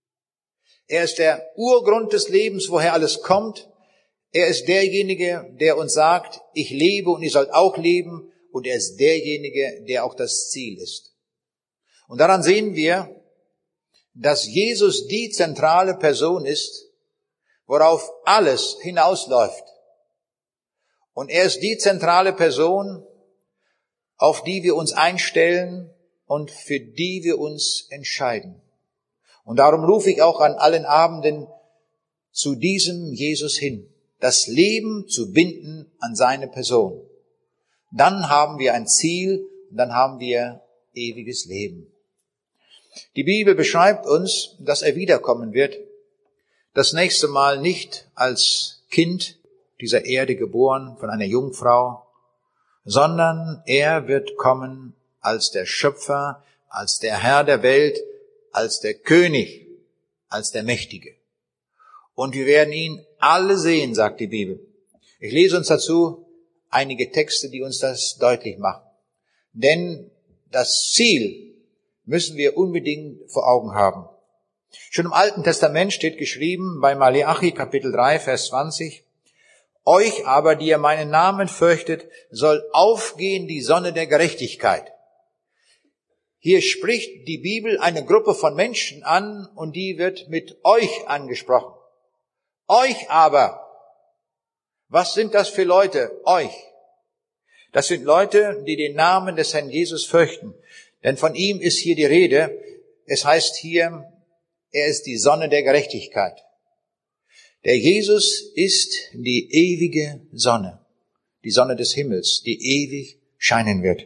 Er ist der Urgrund des Lebens, woher alles kommt. Er ist derjenige, der uns sagt, ich lebe und ihr sollt auch leben. Und er ist derjenige, der auch das Ziel ist. Und daran sehen wir, dass Jesus die zentrale Person ist, worauf alles hinausläuft. Und er ist die zentrale Person, auf die wir uns einstellen und für die wir uns entscheiden. Und darum rufe ich auch an allen Abenden zu diesem Jesus hin, das Leben zu binden an seine Person. Dann haben wir ein Ziel und dann haben wir ewiges Leben. Die Bibel beschreibt uns, dass er wiederkommen wird, das nächste Mal nicht als Kind dieser Erde geboren von einer Jungfrau, sondern er wird kommen als der Schöpfer, als der Herr der Welt, als der König, als der Mächtige. Und wir werden ihn alle sehen, sagt die Bibel. Ich lese uns dazu einige Texte, die uns das deutlich machen. Denn das Ziel müssen wir unbedingt vor Augen haben. Schon im Alten Testament steht geschrieben, bei Maleachi Kapitel 3, Vers 20, euch aber, die ihr meinen Namen fürchtet, soll aufgehen die Sonne der Gerechtigkeit. Hier spricht die Bibel eine Gruppe von Menschen an und die wird mit euch angesprochen. Euch aber, was sind das für Leute? Euch. Das sind Leute, die den Namen des Herrn Jesus fürchten. Denn von ihm ist hier die Rede. Es heißt hier, er ist die Sonne der Gerechtigkeit. Der Jesus ist die ewige Sonne, die Sonne des Himmels, die ewig scheinen wird.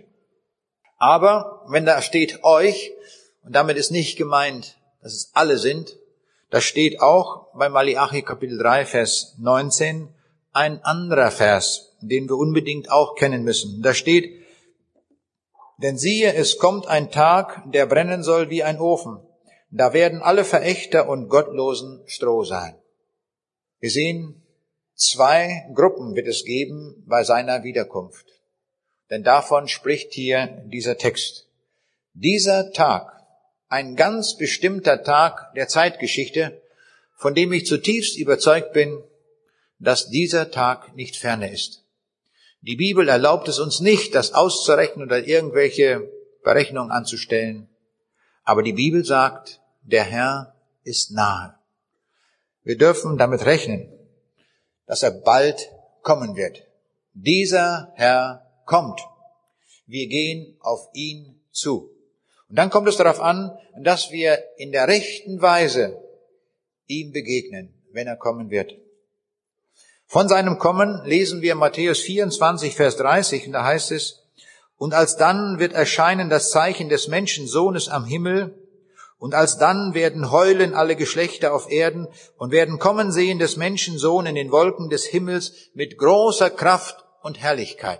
Aber wenn da steht euch, und damit ist nicht gemeint, dass es alle sind, da steht auch bei Maleachi Kapitel 3, Vers 19 ein anderer Vers, den wir unbedingt auch kennen müssen. Da steht, denn siehe, es kommt ein Tag, der brennen soll wie ein Ofen. Da werden alle Verächter und Gottlosen Stroh sein. Wir sehen, 2 Gruppen wird es geben bei seiner Wiederkunft. Denn davon spricht hier dieser Text. Dieser Tag, ein ganz bestimmter Tag der Zeitgeschichte, von dem ich zutiefst überzeugt bin, dass dieser Tag nicht ferne ist. Die Bibel erlaubt es uns nicht, das auszurechnen oder irgendwelche Berechnungen anzustellen. Aber die Bibel sagt, der Herr ist nahe. Wir dürfen damit rechnen, dass er bald kommen wird. Dieser Herr kommt. Wir gehen auf ihn zu. Und dann kommt es darauf an, dass wir in der rechten Weise ihm begegnen, wenn er kommen wird. Von seinem Kommen lesen wir Matthäus 24, Vers 30, und da heißt es, und alsdann wird erscheinen das Zeichen des Menschensohnes am Himmel, und alsdann werden heulen alle Geschlechter auf Erden und werden kommen sehen des Menschensohn in den Wolken des Himmels mit großer Kraft und Herrlichkeit.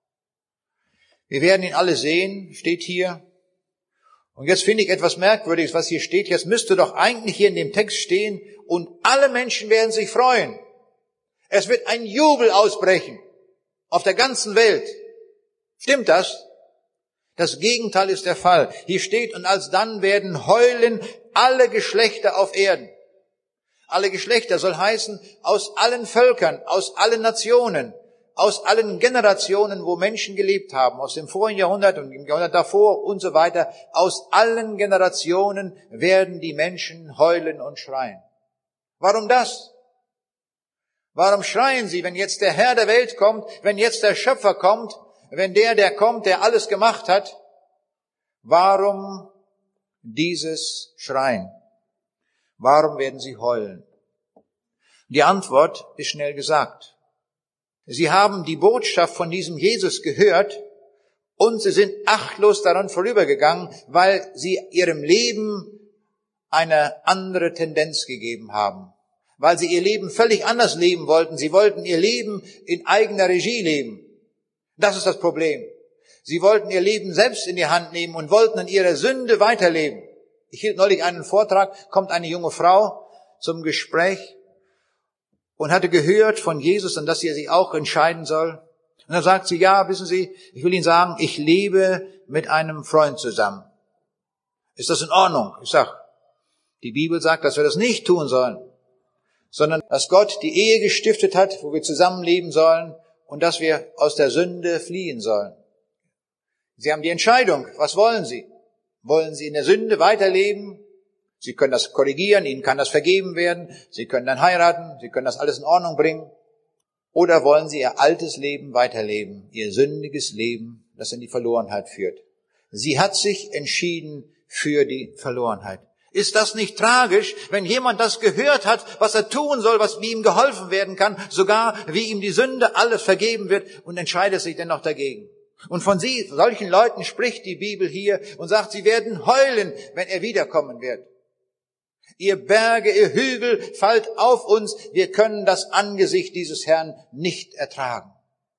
Wir werden ihn alle sehen, steht hier. Und jetzt finde ich etwas Merkwürdiges, was hier steht. Jetzt müsste doch eigentlich hier in dem Text stehen, und alle Menschen werden sich freuen. Es wird ein Jubel ausbrechen auf der ganzen Welt. Stimmt das? Das Gegenteil ist der Fall. Hier steht, und alsdann werden heulen alle Geschlechter auf Erden. Alle Geschlechter soll heißen, aus allen Völkern, aus allen Nationen, aus allen Generationen, wo Menschen gelebt haben, aus dem vorigen Jahrhundert und dem Jahrhundert davor und so weiter. Aus allen Generationen werden die Menschen heulen und schreien. Warum das? Warum schreien sie, wenn jetzt der Herr der Welt kommt, wenn jetzt der Schöpfer kommt, wenn der kommt, der alles gemacht hat? Warum dieses Schreien? Warum werden sie heulen? Die Antwort ist schnell gesagt. Sie haben die Botschaft von diesem Jesus gehört und sie sind achtlos daran vorübergegangen, weil sie ihrem Leben eine andere Tendenz gegeben haben. Weil sie ihr Leben völlig anders leben wollten. Sie wollten ihr Leben in eigener Regie leben. Das ist das Problem. Sie wollten ihr Leben selbst in die Hand nehmen und wollten in ihrer Sünde weiterleben. Ich hielt neulich einen Vortrag, kommt eine junge Frau zum Gespräch und hatte gehört von Jesus und dass sie sich auch entscheiden soll. Und dann sagt sie, ja, wissen Sie, ich will Ihnen sagen, ich lebe mit einem Freund zusammen. Ist das in Ordnung? Ich sag, die Bibel sagt, dass wir das nicht tun sollen, sondern dass Gott die Ehe gestiftet hat, wo wir zusammenleben sollen und dass wir aus der Sünde fliehen sollen. Sie haben die Entscheidung. Was wollen Sie? Wollen Sie in der Sünde weiterleben? Sie können das korrigieren, Ihnen kann das vergeben werden. Sie können dann heiraten, Sie können das alles in Ordnung bringen. Oder wollen Sie Ihr altes Leben weiterleben, Ihr sündiges Leben, das in die Verlorenheit führt? Sie hat sich entschieden für die Verlorenheit. Ist das nicht tragisch, wenn jemand das gehört hat, was er tun soll, wie ihm geholfen werden kann, sogar wie ihm die Sünde alles vergeben wird und entscheidet sich dennoch dagegen? Und von solchen Leuten spricht die Bibel hier und sagt, sie werden heulen, wenn er wiederkommen wird. Ihr Berge, ihr Hügel, fallt auf uns, wir können das Angesicht dieses Herrn nicht ertragen.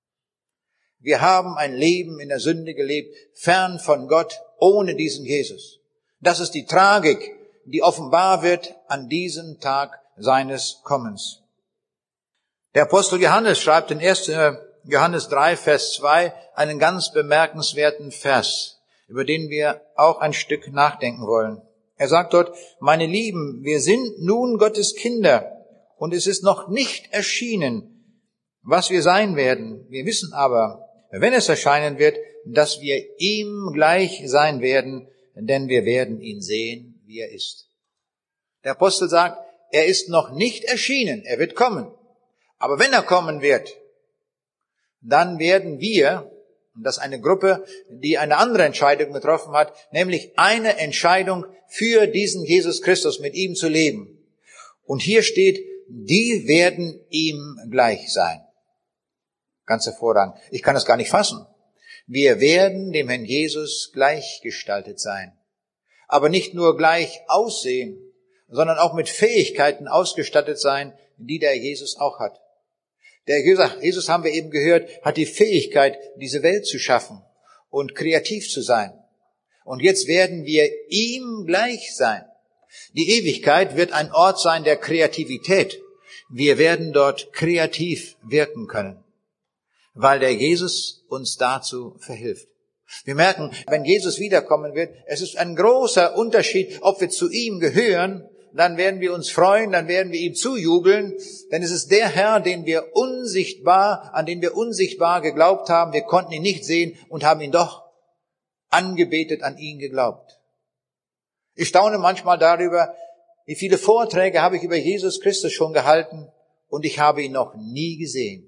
Wir haben ein Leben in der Sünde gelebt, fern von Gott, ohne diesen Jesus. Das ist die Tragik, die offenbar wird an diesem Tag seines Kommens. Der Apostel Johannes schreibt in 1. Johannes 3, Vers 2 einen ganz bemerkenswerten Vers, über den wir auch ein Stück nachdenken wollen. Er sagt dort, meine Lieben, wir sind nun Gottes Kinder und es ist noch nicht erschienen, was wir sein werden. Wir wissen aber, wenn es erscheinen wird, dass wir ihm gleich sein werden, denn wir werden ihn sehen, wie er ist. Der Apostel sagt, er ist noch nicht erschienen, er wird kommen. Aber wenn er kommen wird, dann werden wir, und das ist eine Gruppe, die eine andere Entscheidung getroffen hat, nämlich eine Entscheidung für diesen Jesus Christus, mit ihm zu leben. Und hier steht, die werden ihm gleich sein. Ganz hervorragend. Ich kann das gar nicht fassen. Wir werden dem Herrn Jesus gleichgestaltet sein. Aber nicht nur gleich aussehen, sondern auch mit Fähigkeiten ausgestattet sein, die der Jesus auch hat. Der Jesus, haben wir eben gehört, hat die Fähigkeit, diese Welt zu schaffen und kreativ zu sein. Und jetzt werden wir ihm gleich sein. Die Ewigkeit wird ein Ort sein der Kreativität. Wir werden dort kreativ wirken können, weil der Jesus uns dazu verhilft. Wir merken, wenn Jesus wiederkommen wird, es ist ein großer Unterschied, ob wir zu ihm gehören, dann werden wir uns freuen, dann werden wir ihm zujubeln, denn es ist der Herr, an den wir unsichtbar geglaubt haben. Wir konnten ihn nicht sehen und haben ihn doch angebetet, an ihn geglaubt. Ich staune manchmal darüber, Wie viele Vorträge habe ich über Jesus Christus schon gehalten und ich habe ihn noch nie gesehen.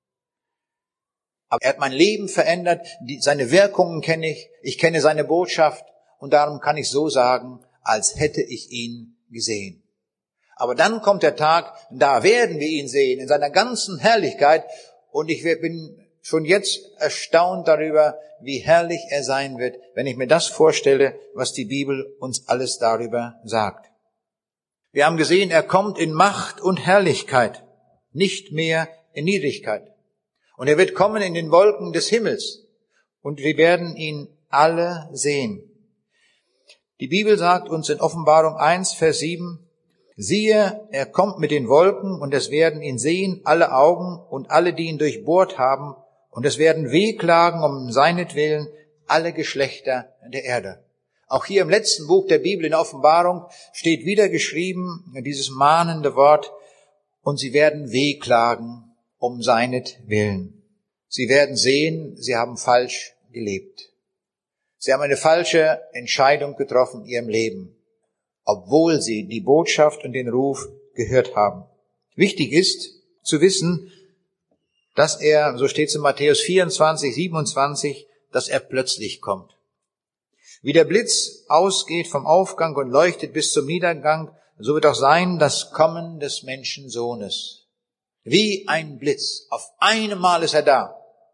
Aber er hat mein Leben verändert, seine Wirkungen kenne ich kenne seine Botschaft und darum kann ich so sagen, als hätte ich ihn gesehen. Aber dann kommt der Tag, da werden wir ihn sehen, in seiner ganzen Herrlichkeit. Und ich bin schon jetzt erstaunt darüber, wie herrlich er sein wird, wenn ich mir das vorstelle, was die Bibel uns alles darüber sagt. Wir haben gesehen, er kommt in Macht und Herrlichkeit, nicht mehr in Niedrigkeit. Und er wird kommen in den Wolken des Himmels. Und wir werden ihn alle sehen. Die Bibel sagt uns in Offenbarung 1, Vers 7, siehe, er kommt mit den Wolken und es werden ihn sehen, alle Augen und alle, die ihn durchbohrt haben, und es werden wehklagen um seinetwillen alle Geschlechter der Erde. Auch hier im letzten Buch der Bibel in Offenbarung steht wieder geschrieben, dieses mahnende Wort, und sie werden wehklagen um seinetwillen. Sie werden sehen, sie haben falsch gelebt. Sie haben eine falsche Entscheidung getroffen in ihrem Leben, obwohl sie die Botschaft und den Ruf gehört haben. Wichtig ist zu wissen, dass er, so steht es in Matthäus 24, 27, dass er plötzlich kommt. Wie der Blitz ausgeht vom Aufgang und leuchtet bis zum Niedergang, so wird auch sein das Kommen des Menschensohnes. Wie ein Blitz. Auf einmal ist er da.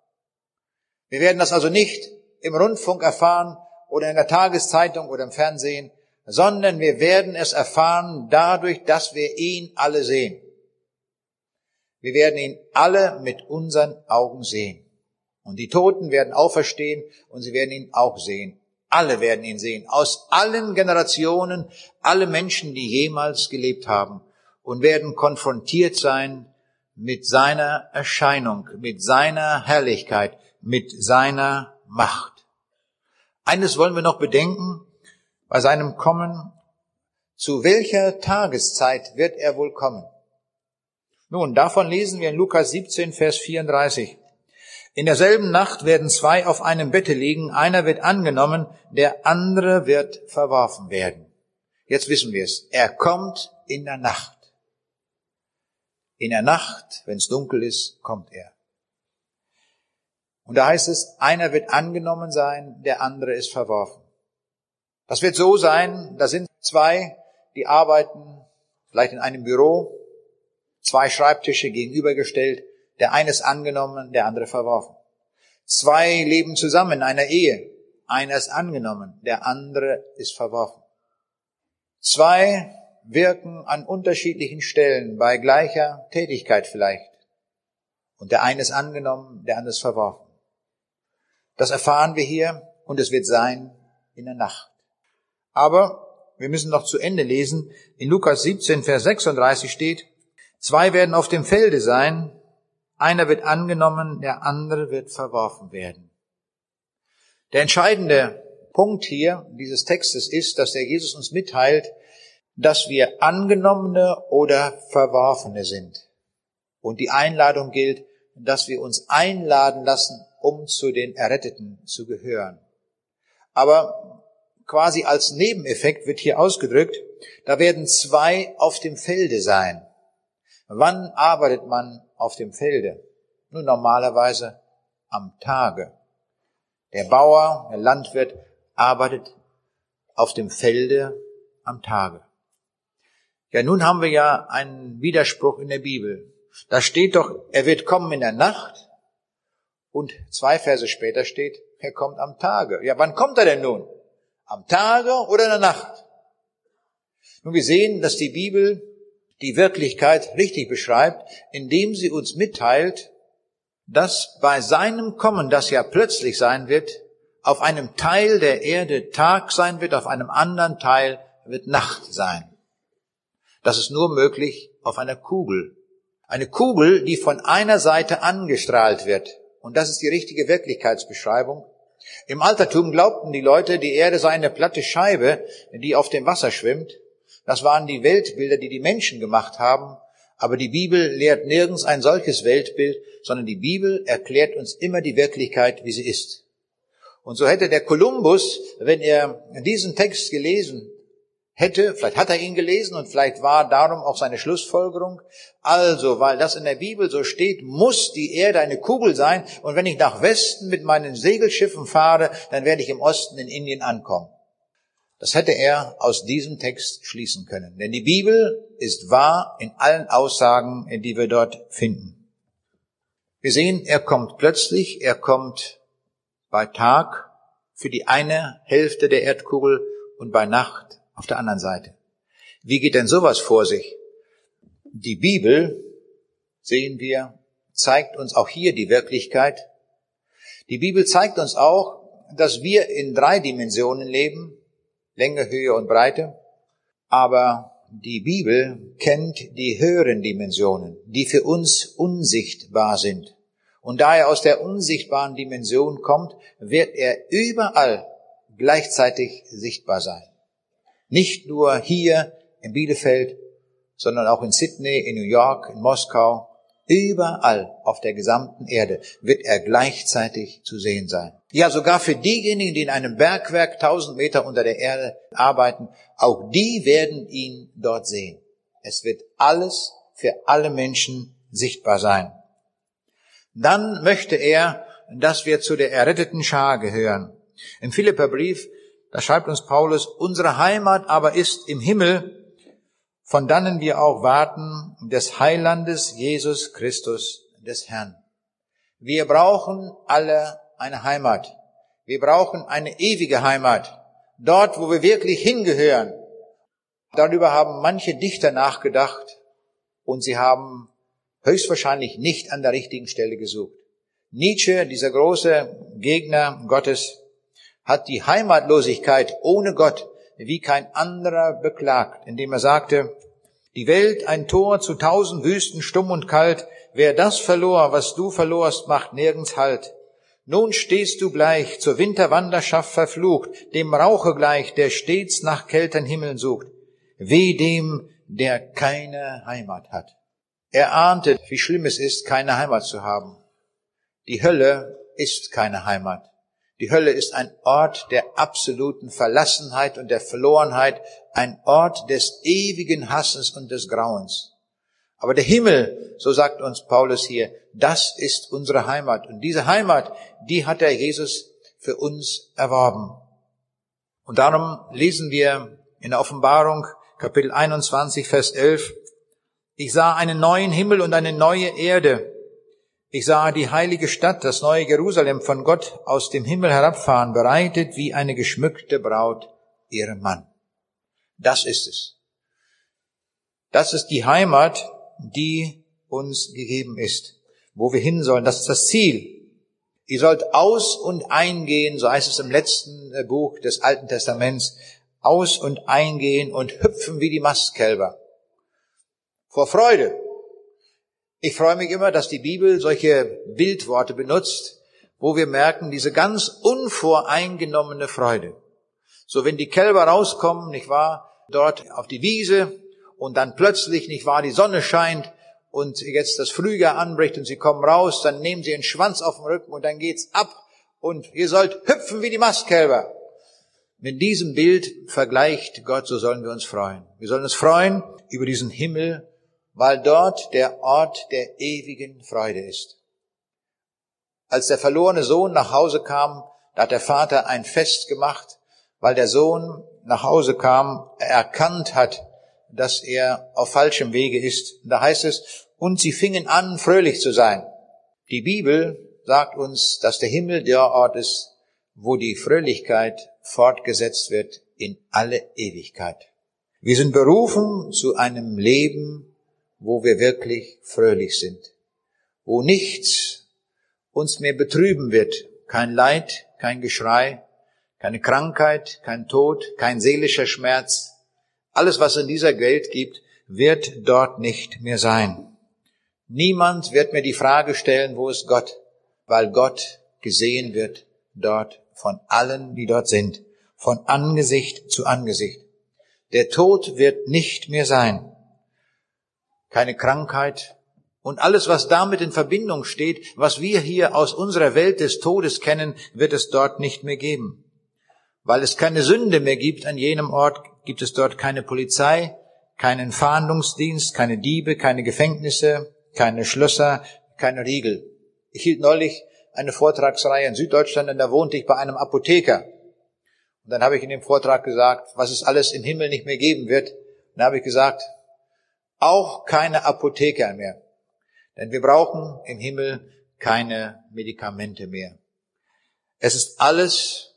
Wir werden das also nicht im Rundfunk erfahren oder in der Tageszeitung oder im Fernsehen, sondern wir werden es erfahren dadurch, dass wir ihn alle sehen. Wir werden ihn alle mit unseren Augen sehen. Und die Toten werden auferstehen und sie werden ihn auch sehen. Alle werden ihn sehen, aus allen Generationen, alle Menschen, die jemals gelebt haben und werden konfrontiert sein mit seiner Erscheinung, mit seiner Herrlichkeit, mit seiner Macht. Eines wollen wir noch bedenken, bei seinem Kommen, zu welcher Tageszeit wird er wohl kommen? Nun, davon lesen wir in Lukas 17, Vers 34. In derselben Nacht werden zwei auf einem Bette liegen, einer wird angenommen, der andere wird verworfen werden. Jetzt wissen wir es, er kommt in der Nacht. In der Nacht, wenn es dunkel ist, kommt er. Und da heißt es, einer wird angenommen sein, der andere ist verworfen. Das wird so sein, da sind zwei, die arbeiten vielleicht in einem Büro, zwei Schreibtische gegenübergestellt, der eine ist angenommen, der andere verworfen. Zwei leben zusammen in einer Ehe, einer ist angenommen, der andere ist verworfen. Zwei wirken an unterschiedlichen Stellen bei gleicher Tätigkeit vielleicht. Und der eine ist angenommen, der andere ist verworfen. Das erfahren wir hier und es wird sein in der Nacht. Aber wir müssen noch zu Ende lesen. In Lukas 17, Vers 36 steht, zwei werden auf dem Felde sein, einer wird angenommen, der andere wird verworfen werden. Der entscheidende Punkt hier dieses Textes ist, dass der Jesus uns mitteilt, dass wir Angenommene oder Verworfene sind. Und die Einladung gilt, dass wir uns einladen lassen, um zu den Erretteten zu gehören. Aber quasi als Nebeneffekt wird hier ausgedrückt, da werden zwei auf dem Felde sein. Wann arbeitet man auf dem Felde? Nun, normalerweise am Tage. Der Bauer, der Landwirt arbeitet auf dem Felde am Tage. Ja, nun haben wir ja einen Widerspruch in der Bibel. Da steht doch, er wird kommen in der Nacht und 2 Verse später steht, er kommt am Tage. Ja, wann kommt er denn nun? Am Tage oder in der Nacht? Nun, wir sehen, dass die Bibel die Wirklichkeit richtig beschreibt, indem sie uns mitteilt, dass bei seinem Kommen, das ja plötzlich sein wird, auf einem Teil der Erde Tag sein wird, auf einem anderen Teil wird Nacht sein. Das ist nur möglich auf einer Kugel. Eine Kugel, die von einer Seite angestrahlt wird. Und das ist die richtige Wirklichkeitsbeschreibung. Im Altertum glaubten die Leute, die Erde sei eine platte Scheibe, die auf dem Wasser schwimmt. Das waren die Weltbilder, die die Menschen gemacht haben. Aber die Bibel lehrt nirgends ein solches Weltbild, sondern die Bibel erklärt uns immer die Wirklichkeit, wie sie ist. Und so hätte der Kolumbus, wenn er diesen Text gelesen hätte, vielleicht hat er ihn gelesen und vielleicht war darum auch seine Schlussfolgerung. Also, weil das in der Bibel so steht, muss die Erde eine Kugel sein und wenn ich nach Westen mit meinen Segelschiffen fahre, dann werde ich im Osten in Indien ankommen. Das hätte er aus diesem Text schließen können. Denn die Bibel ist wahr in allen Aussagen, die wir dort finden. Wir sehen, er kommt plötzlich, er kommt bei Tag für die eine Hälfte der Erdkugel und bei Nacht auf der anderen Seite. Wie geht denn sowas vor sich? Die Bibel, sehen wir, zeigt uns auch hier die Wirklichkeit. Die Bibel zeigt uns auch, dass wir in 3 Dimensionen leben, Länge, Höhe und Breite. Aber die Bibel kennt die höheren Dimensionen, die für uns unsichtbar sind. Und da er aus der unsichtbaren Dimension kommt, wird er überall gleichzeitig sichtbar sein. Nicht nur hier in Bielefeld, sondern auch in Sydney, in New York, in Moskau. Überall auf der gesamten Erde wird er gleichzeitig zu sehen sein. Ja, sogar für diejenigen, die in einem Bergwerk 1000 Meter unter der Erde arbeiten, auch die werden ihn dort sehen. Es wird alles für alle Menschen sichtbar sein. Dann möchte er, dass wir zu der erretteten Schar gehören. Im Philipperbrief, da schreibt uns Paulus, unsere Heimat aber ist im Himmel, von dannen wir auch warten, des Heilandes Jesus Christus, des Herrn. Wir brauchen alle eine Heimat. Wir brauchen eine ewige Heimat. Dort, wo wir wirklich hingehören. Darüber haben manche Dichter nachgedacht und sie haben höchstwahrscheinlich nicht an der richtigen Stelle gesucht. Nietzsche, dieser große Gegner Gottes, hat die Heimatlosigkeit ohne Gott wie kein anderer beklagt, indem er sagte, die Welt ein Tor zu 1000 Wüsten, stumm und kalt, wer das verlor, was du verlorst, macht nirgends Halt. Nun stehst du gleich, zur Winterwanderschaft verflucht, dem Rauche gleich, der stets nach kälteren Himmeln sucht. Weh dem, der keine Heimat hat. Er ahnte, wie schlimm es ist, keine Heimat zu haben. Die Hölle ist keine Heimat. Die Hölle ist ein Ort der absoluten Verlassenheit und der Verlorenheit, ein Ort des ewigen Hasses und des Grauens. Aber der Himmel, so sagt uns Paulus hier, das ist unsere Heimat. Und diese Heimat, die hat der Jesus für uns erworben. Und darum lesen wir in der Offenbarung, Kapitel 21, Vers 11, ich sah einen neuen Himmel und eine neue Erde. Ich sah die heilige Stadt, das neue Jerusalem, von Gott aus dem Himmel herabfahren, bereitet wie eine geschmückte Braut ihrem Mann. Das ist es. Das ist die Heimat, die uns gegeben ist, wo wir hin sollen. Das ist das Ziel. Ihr sollt aus und eingehen, so heißt es im letzten Buch des Alten Testaments, aus und eingehen und hüpfen wie die Mastkälber. Vor Freude. Ich freue mich immer, dass die Bibel solche Bildworte benutzt, wo wir merken, diese ganz unvoreingenommene Freude. So wenn die Kälber rauskommen, nicht wahr, dort auf die Wiese und dann plötzlich, nicht wahr, die Sonne scheint und jetzt das Frühjahr anbricht und sie kommen raus, dann nehmen sie einen Schwanz auf den Rücken und dann geht's ab und ihr sollt hüpfen wie die Mastkälber. Mit diesem Bild vergleicht Gott, so sollen wir uns freuen. Wir sollen uns freuen über diesen Himmel, weil dort der Ort der ewigen Freude ist. Als der verlorene Sohn nach Hause kam, da hat der Vater ein Fest gemacht, weil der Sohn nach Hause kam, erkannt hat, dass er auf falschem Wege ist. Da heißt es, und sie fingen an, fröhlich zu sein. Die Bibel sagt uns, dass der Himmel der Ort ist, wo die Fröhlichkeit fortgesetzt wird in alle Ewigkeit. Wir sind berufen zu einem Leben, wo wir wirklich fröhlich sind, wo nichts uns mehr betrüben wird, kein Leid, kein Geschrei, keine Krankheit, kein Tod, kein seelischer Schmerz. Alles, was in dieser Welt gibt, wird dort nicht mehr sein. Niemand wird mir die Frage stellen, wo ist Gott? Weil Gott gesehen wird dort von allen, die dort sind, von Angesicht zu Angesicht. Der Tod wird nicht mehr sein. Keine Krankheit und alles, was damit in Verbindung steht, was wir hier aus unserer Welt des Todes kennen, wird es dort nicht mehr geben. Weil es keine Sünde mehr gibt an jenem Ort, gibt es dort keine Polizei, keinen Fahndungsdienst, keine Diebe, keine Gefängnisse, keine Schlösser, keine Riegel. Ich hielt neulich eine Vortragsreihe in Süddeutschland und da wohnte ich bei einem Apotheker. Und dann habe ich in dem Vortrag gesagt, was es alles im Himmel nicht mehr geben wird. Und da habe ich gesagt, auch keine Apotheker mehr. Denn wir brauchen im Himmel keine Medikamente mehr. Es ist alles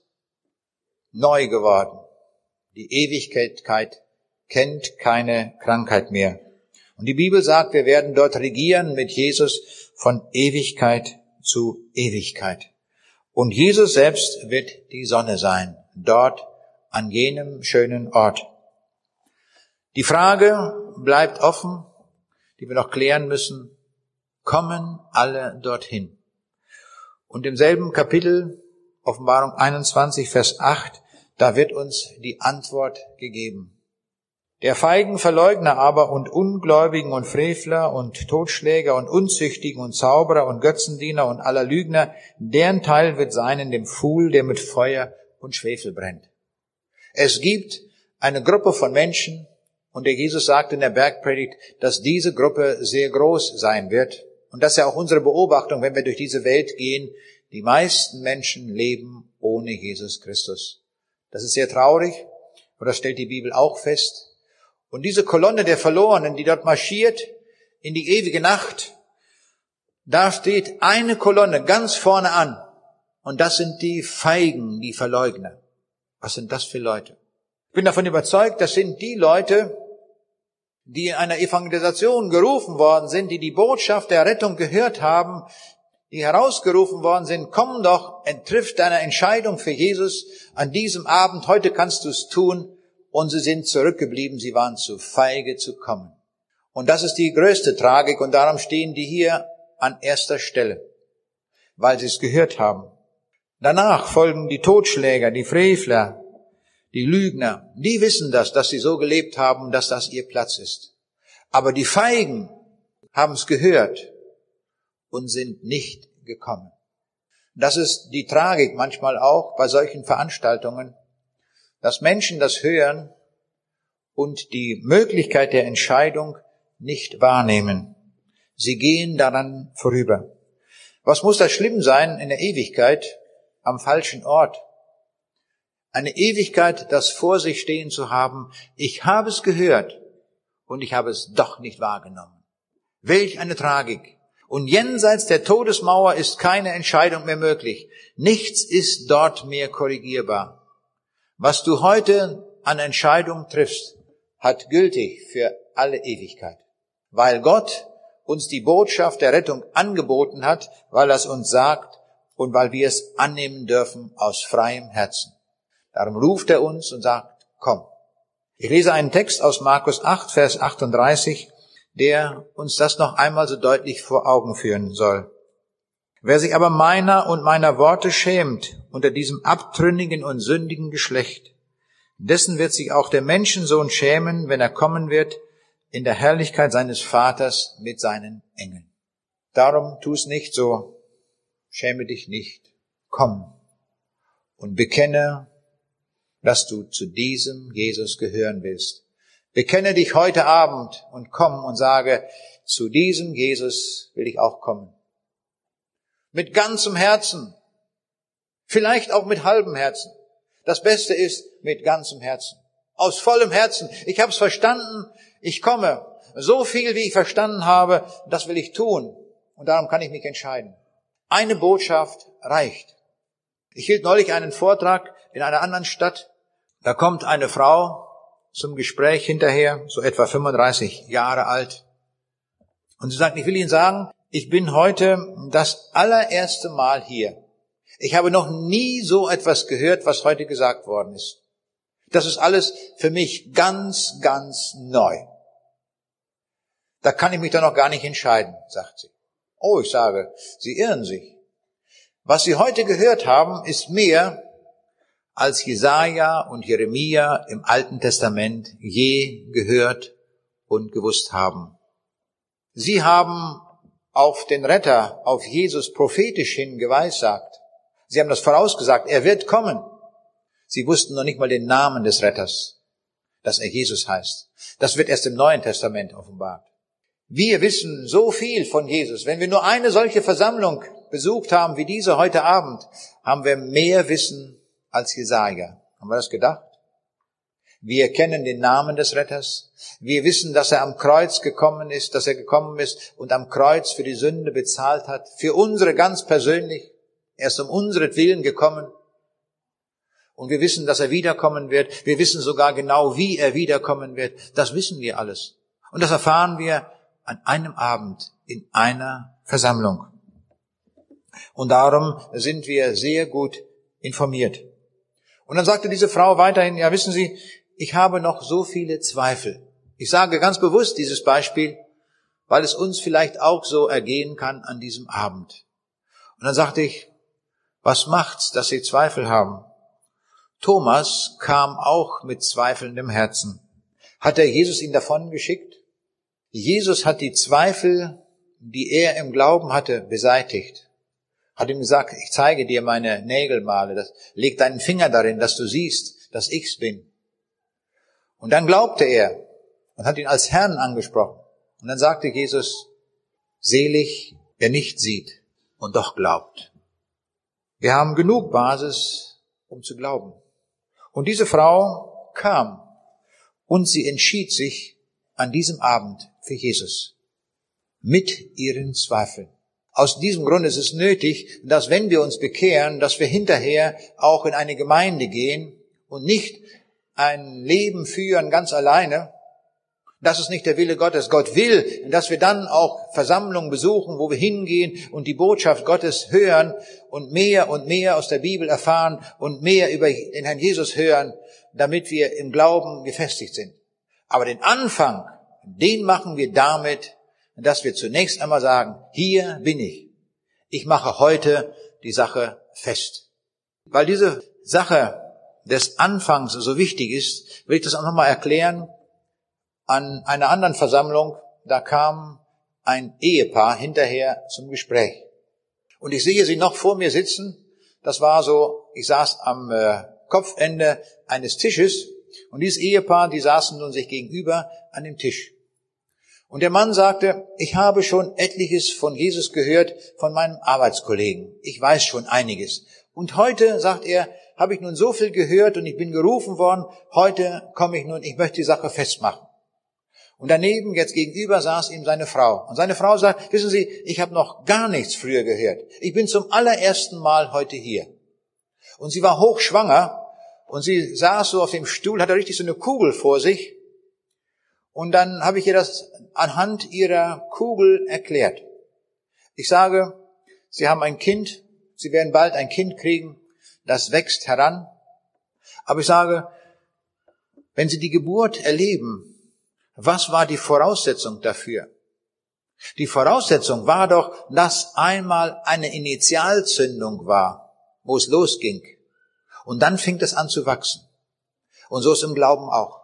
neu geworden. Die Ewigkeit kennt keine Krankheit mehr. Und die Bibel sagt, wir werden dort regieren mit Jesus von Ewigkeit zu Ewigkeit. Und Jesus selbst wird die Sonne sein, dort an jenem schönen Ort. Die Frage bleibt offen, die wir noch klären müssen. Kommen alle dorthin? Und im selben Kapitel, Offenbarung 21, Vers 8, da wird uns die Antwort gegeben. Der feigen Verleugner aber und Ungläubigen und Frevler und Totschläger und Unzüchtigen und Zauberer und Götzendiener und aller Lügner, deren Teil wird sein in dem Pfuhl, der mit Feuer und Schwefel brennt. Es gibt eine Gruppe von Menschen, und der Jesus sagt in der Bergpredigt, dass diese Gruppe sehr groß sein wird. Und das ist ja auch unsere Beobachtung, wenn wir durch diese Welt gehen. Die meisten Menschen leben ohne Jesus Christus. Das ist sehr traurig, und das stellt die Bibel auch fest. Und diese Kolonne der Verlorenen, die dort marschiert in die ewige Nacht, da steht eine Kolonne ganz vorne an. Und das sind die Feigen, die Verleugner. Was sind das für Leute? Ich bin davon überzeugt, das sind die Leute, die in einer Evangelisation gerufen worden sind, die die Botschaft der Rettung gehört haben, die herausgerufen worden sind, komm doch, triff deine Entscheidung für Jesus an diesem Abend, heute kannst du es tun. Und sie sind zurückgeblieben, sie waren zu feige zu kommen. Und das ist die größte Tragik und darum stehen die hier an erster Stelle, weil sie es gehört haben. Danach folgen die Totschläger, die Frevler, die Lügner. Die wissen das, dass sie so gelebt haben, dass das ihr Platz ist. Aber die Feigen haben es gehört und sind nicht gekommen. Das ist die Tragik manchmal auch bei solchen Veranstaltungen, dass Menschen das hören und die Möglichkeit der Entscheidung nicht wahrnehmen. Sie gehen daran vorüber. Was muss das schlimm sein in der Ewigkeit am falschen Ort? Eine Ewigkeit, das vor sich stehen zu haben, ich habe es gehört und ich habe es doch nicht wahrgenommen. Welch eine Tragik. Und jenseits der Todesmauer ist keine Entscheidung mehr möglich. Nichts ist dort mehr korrigierbar. Was du heute an Entscheidungen triffst, hat gültig für alle Ewigkeit. Weil Gott uns die Botschaft der Rettung angeboten hat, weil er es uns sagt und weil wir es annehmen dürfen aus freiem Herzen. Darum ruft er uns und sagt, komm. Ich lese einen Text aus Markus 8, Vers 38, der uns das noch einmal so deutlich vor Augen führen soll. Wer sich aber meiner und meiner Worte schämt unter diesem abtrünnigen und sündigen Geschlecht, dessen wird sich auch der Menschensohn schämen, wenn er kommen wird in der Herrlichkeit seines Vaters mit seinen Engeln. Darum tu es nicht so, schäme dich nicht, komm und bekenne, dass du zu diesem Jesus gehören willst. Bekenne dich heute Abend und komm und sage, zu diesem Jesus will ich auch kommen. Mit ganzem Herzen, vielleicht auch mit halbem Herzen. Das Beste ist mit ganzem Herzen, aus vollem Herzen. Ich habe es verstanden, ich komme. So viel, wie ich verstanden habe, das will ich tun. Und darum kann ich mich entscheiden. Eine Botschaft reicht. Ich hielt neulich einen Vortrag in einer anderen Stadt. Da kommt eine Frau zum Gespräch hinterher, so etwa 35 Jahre alt. Und sie sagt, ich will Ihnen sagen, ich bin heute das allererste Mal hier. Ich habe noch nie so etwas gehört, was heute gesagt worden ist. Das ist alles für mich ganz, ganz neu. Da kann ich mich doch noch gar nicht entscheiden, sagt sie. Oh, ich sage, Sie irren sich. Was Sie heute gehört haben, ist mehr, als Jesaja und Jeremia im Alten Testament je gehört und gewusst haben. Sie haben auf den Retter, auf Jesus prophetisch hin geweissagt. Sie haben das vorausgesagt, er wird kommen. Sie wussten noch nicht mal den Namen des Retters, dass er Jesus heißt. Das wird erst im Neuen Testament offenbart. Wir wissen so viel von Jesus. Wenn wir nur eine solche Versammlung besucht haben wie diese heute Abend, haben wir mehr Wissen als Jesaja. Haben wir das gedacht? Wir kennen den Namen des Retters. Wir wissen, dass er am Kreuz gekommen ist, und am Kreuz für die Sünde bezahlt hat. Für unsere ganz persönlich. Er ist um unseren gekommen. Und wir wissen, dass er wiederkommen wird. Wir wissen sogar genau, wie er wiederkommen wird. Das wissen wir alles. Und das erfahren wir an einem Abend in einer Versammlung. Und darum sind wir sehr gut informiert. Und dann sagte diese Frau weiterhin, ja, wissen Sie, ich habe noch so viele Zweifel. Ich sage ganz bewusst dieses Beispiel, weil es uns vielleicht auch so ergehen kann an diesem Abend. Und dann sagte ich, was macht's, dass Sie Zweifel haben? Thomas kam auch mit zweifelndem Herzen. Hat der Jesus ihn davon geschickt? Jesus hat die Zweifel, die er im Glauben hatte, beseitigt. Hat ihm gesagt, ich zeige dir meine Nägelmale, leg deinen Finger darin, dass du siehst, dass ich's bin. Und dann glaubte er und hat ihn als Herrn angesprochen. Und dann sagte Jesus, selig, wer nicht sieht und doch glaubt. Wir haben genug Basis, um zu glauben. Und diese Frau kam und sie entschied sich an diesem Abend für Jesus mit ihren Zweifeln. Aus diesem Grund ist es nötig, dass wenn wir uns bekehren, dass wir hinterher auch in eine Gemeinde gehen und nicht ein Leben führen ganz alleine. Das ist nicht der Wille Gottes. Gott will, dass wir dann auch Versammlungen besuchen, wo wir hingehen und die Botschaft Gottes hören und mehr aus der Bibel erfahren und mehr über den Herrn Jesus hören, damit wir im Glauben gefestigt sind. Aber den Anfang, den machen wir damit, dass wir zunächst einmal sagen, hier bin ich. Ich mache heute die Sache fest. Weil diese Sache des Anfangs so wichtig ist, will ich das auch nochmal erklären. An einer anderen Versammlung, da kam ein Ehepaar hinterher zum Gespräch. Und ich sehe sie noch vor mir sitzen. Das war so, ich saß am Kopfende eines Tisches und dieses Ehepaar, die saßen nun sich gegenüber an dem Tisch. Und der Mann sagte, ich habe schon etliches von Jesus gehört von meinem Arbeitskollegen. Ich weiß schon einiges. Und heute, sagt er, habe ich nun so viel gehört und ich bin gerufen worden. Heute komme ich nun, ich möchte die Sache festmachen. Und daneben, jetzt gegenüber, saß ihm seine Frau. Und seine Frau sagt, wissen Sie, ich habe noch gar nichts früher gehört. Ich bin zum allerersten Mal heute hier. Und sie war hochschwanger und sie saß so auf dem Stuhl, hatte richtig so eine Kugel vor sich. Und dann habe ich ihr das anhand ihrer Kugel erklärt. Ich sage, Sie haben ein Kind, Sie werden bald ein Kind kriegen, das wächst heran. Aber ich sage, wenn Sie die Geburt erleben, was war die Voraussetzung dafür? Die Voraussetzung war doch, dass einmal eine Initialzündung war, wo es losging. Und dann fing es an zu wachsen. Und so ist im Glauben auch.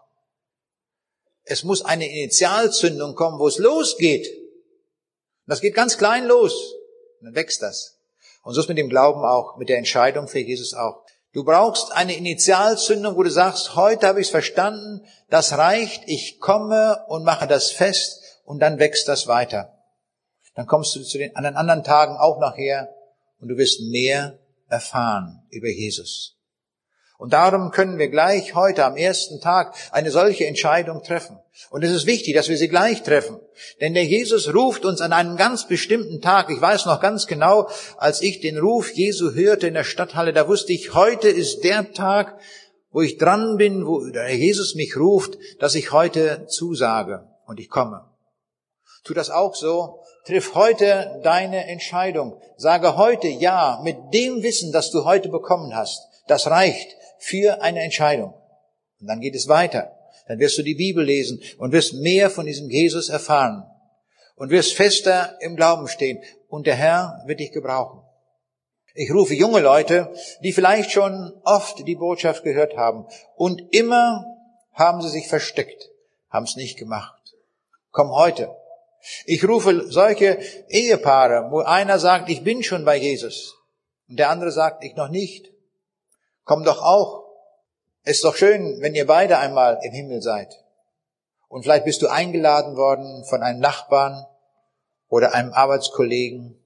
Es muss eine Initialzündung kommen, wo es losgeht. Das geht ganz klein los. Und dann wächst das. Und so ist mit dem Glauben auch, mit der Entscheidung für Jesus auch. Du brauchst eine Initialzündung, wo du sagst, heute habe ich es verstanden, das reicht, ich komme und mache das fest und dann wächst das weiter. Dann kommst du zu den anderen Tagen auch nachher und du wirst mehr erfahren über Jesus. Und darum können wir gleich heute am ersten Tag eine solche Entscheidung treffen. Und es ist wichtig, dass wir sie gleich treffen. Denn der Jesus ruft uns an einem ganz bestimmten Tag. Ich weiß noch ganz genau, als ich den Ruf Jesu hörte in der Stadthalle, da wusste ich, heute ist der Tag, wo ich dran bin, wo der Jesus mich ruft, dass ich heute zusage und ich komme. Tu das auch so. Triff heute deine Entscheidung. Sage heute ja mit dem Wissen, das du heute bekommen hast. Das reicht für eine Entscheidung. Und dann geht es weiter. Dann wirst du die Bibel lesen und wirst mehr von diesem Jesus erfahren. Und wirst fester im Glauben stehen. Und der Herr wird dich gebrauchen. Ich rufe junge Leute, die vielleicht schon oft die Botschaft gehört haben. Und immer haben sie sich versteckt, haben es nicht gemacht. Komm heute. Ich rufe solche Ehepaare, wo einer sagt, ich bin schon bei Jesus. Und der andere sagt, ich noch nicht. Komm doch auch. Es ist doch schön, wenn ihr beide einmal im Himmel seid. Und vielleicht bist du eingeladen worden von einem Nachbarn oder einem Arbeitskollegen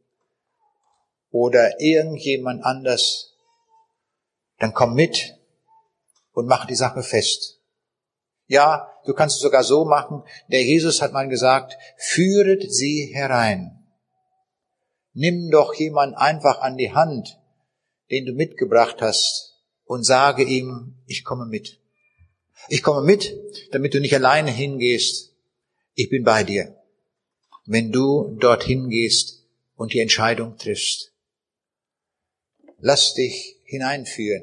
oder irgendjemand anders. Dann komm mit und mach die Sache fest. Ja, du kannst es sogar so machen. Der Jesus hat mal gesagt, führet sie herein. Nimm doch jemand einfach an die Hand, den du mitgebracht hast, und sage ihm, ich komme mit. Ich komme mit, damit du nicht alleine hingehst. Ich bin bei dir. Wenn du dorthin gehst und die Entscheidung triffst. Lass dich hineinführen.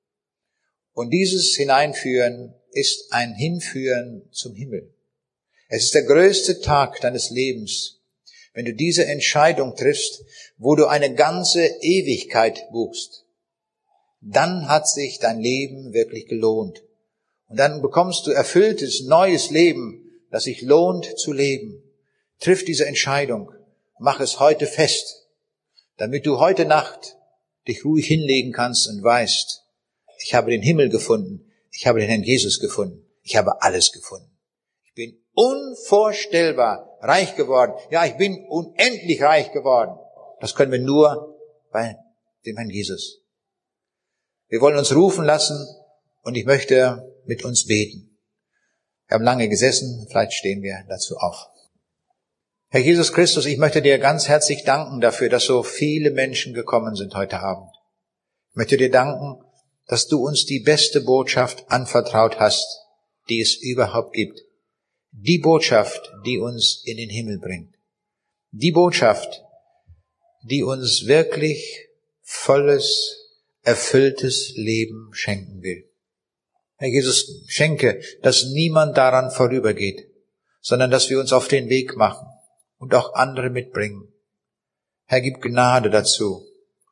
Und dieses Hineinführen ist ein Hinführen zum Himmel. Es ist der größte Tag deines Lebens, wenn du diese Entscheidung triffst, wo du eine ganze Ewigkeit buchst. Dann hat sich dein Leben wirklich gelohnt. Und dann bekommst du erfülltes, neues Leben, das sich lohnt zu leben. Triff diese Entscheidung. Mach es heute fest, damit du heute Nacht dich ruhig hinlegen kannst und weißt, ich habe den Himmel gefunden, ich habe den Herrn Jesus gefunden, ich habe alles gefunden. Ich bin unvorstellbar reich geworden. Ja, ich bin unendlich reich geworden. Das können wir nur bei dem Herrn Jesus. Wir wollen uns rufen lassen und ich möchte mit uns beten. Wir haben lange gesessen, vielleicht stehen wir dazu auf. Herr Jesus Christus, ich möchte dir ganz herzlich danken dafür, dass so viele Menschen gekommen sind heute Abend. Ich möchte dir danken, dass du uns die beste Botschaft anvertraut hast, die es überhaupt gibt. Die Botschaft, die uns in den Himmel bringt. Die Botschaft, die uns wirklich volles, erfülltes Leben schenken will. Herr Jesus, schenke, dass niemand daran vorübergeht, sondern dass wir uns auf den Weg machen und auch andere mitbringen. Herr, gib Gnade dazu,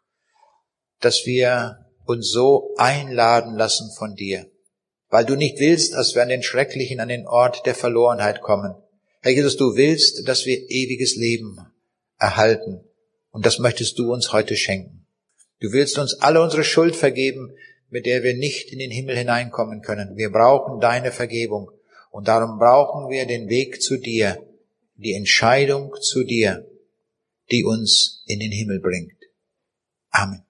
dass wir uns so einladen lassen von dir, weil du nicht willst, dass wir an den Schrecklichen, an den Ort der Verlorenheit kommen. Herr Jesus, du willst, dass wir ewiges Leben erhalten und das möchtest du uns heute schenken. Du willst uns alle unsere Schuld vergeben, mit der wir nicht in den Himmel hineinkommen können. Wir brauchen deine Vergebung und darum brauchen wir den Weg zu dir, die Entscheidung zu dir, die uns in den Himmel bringt. Amen.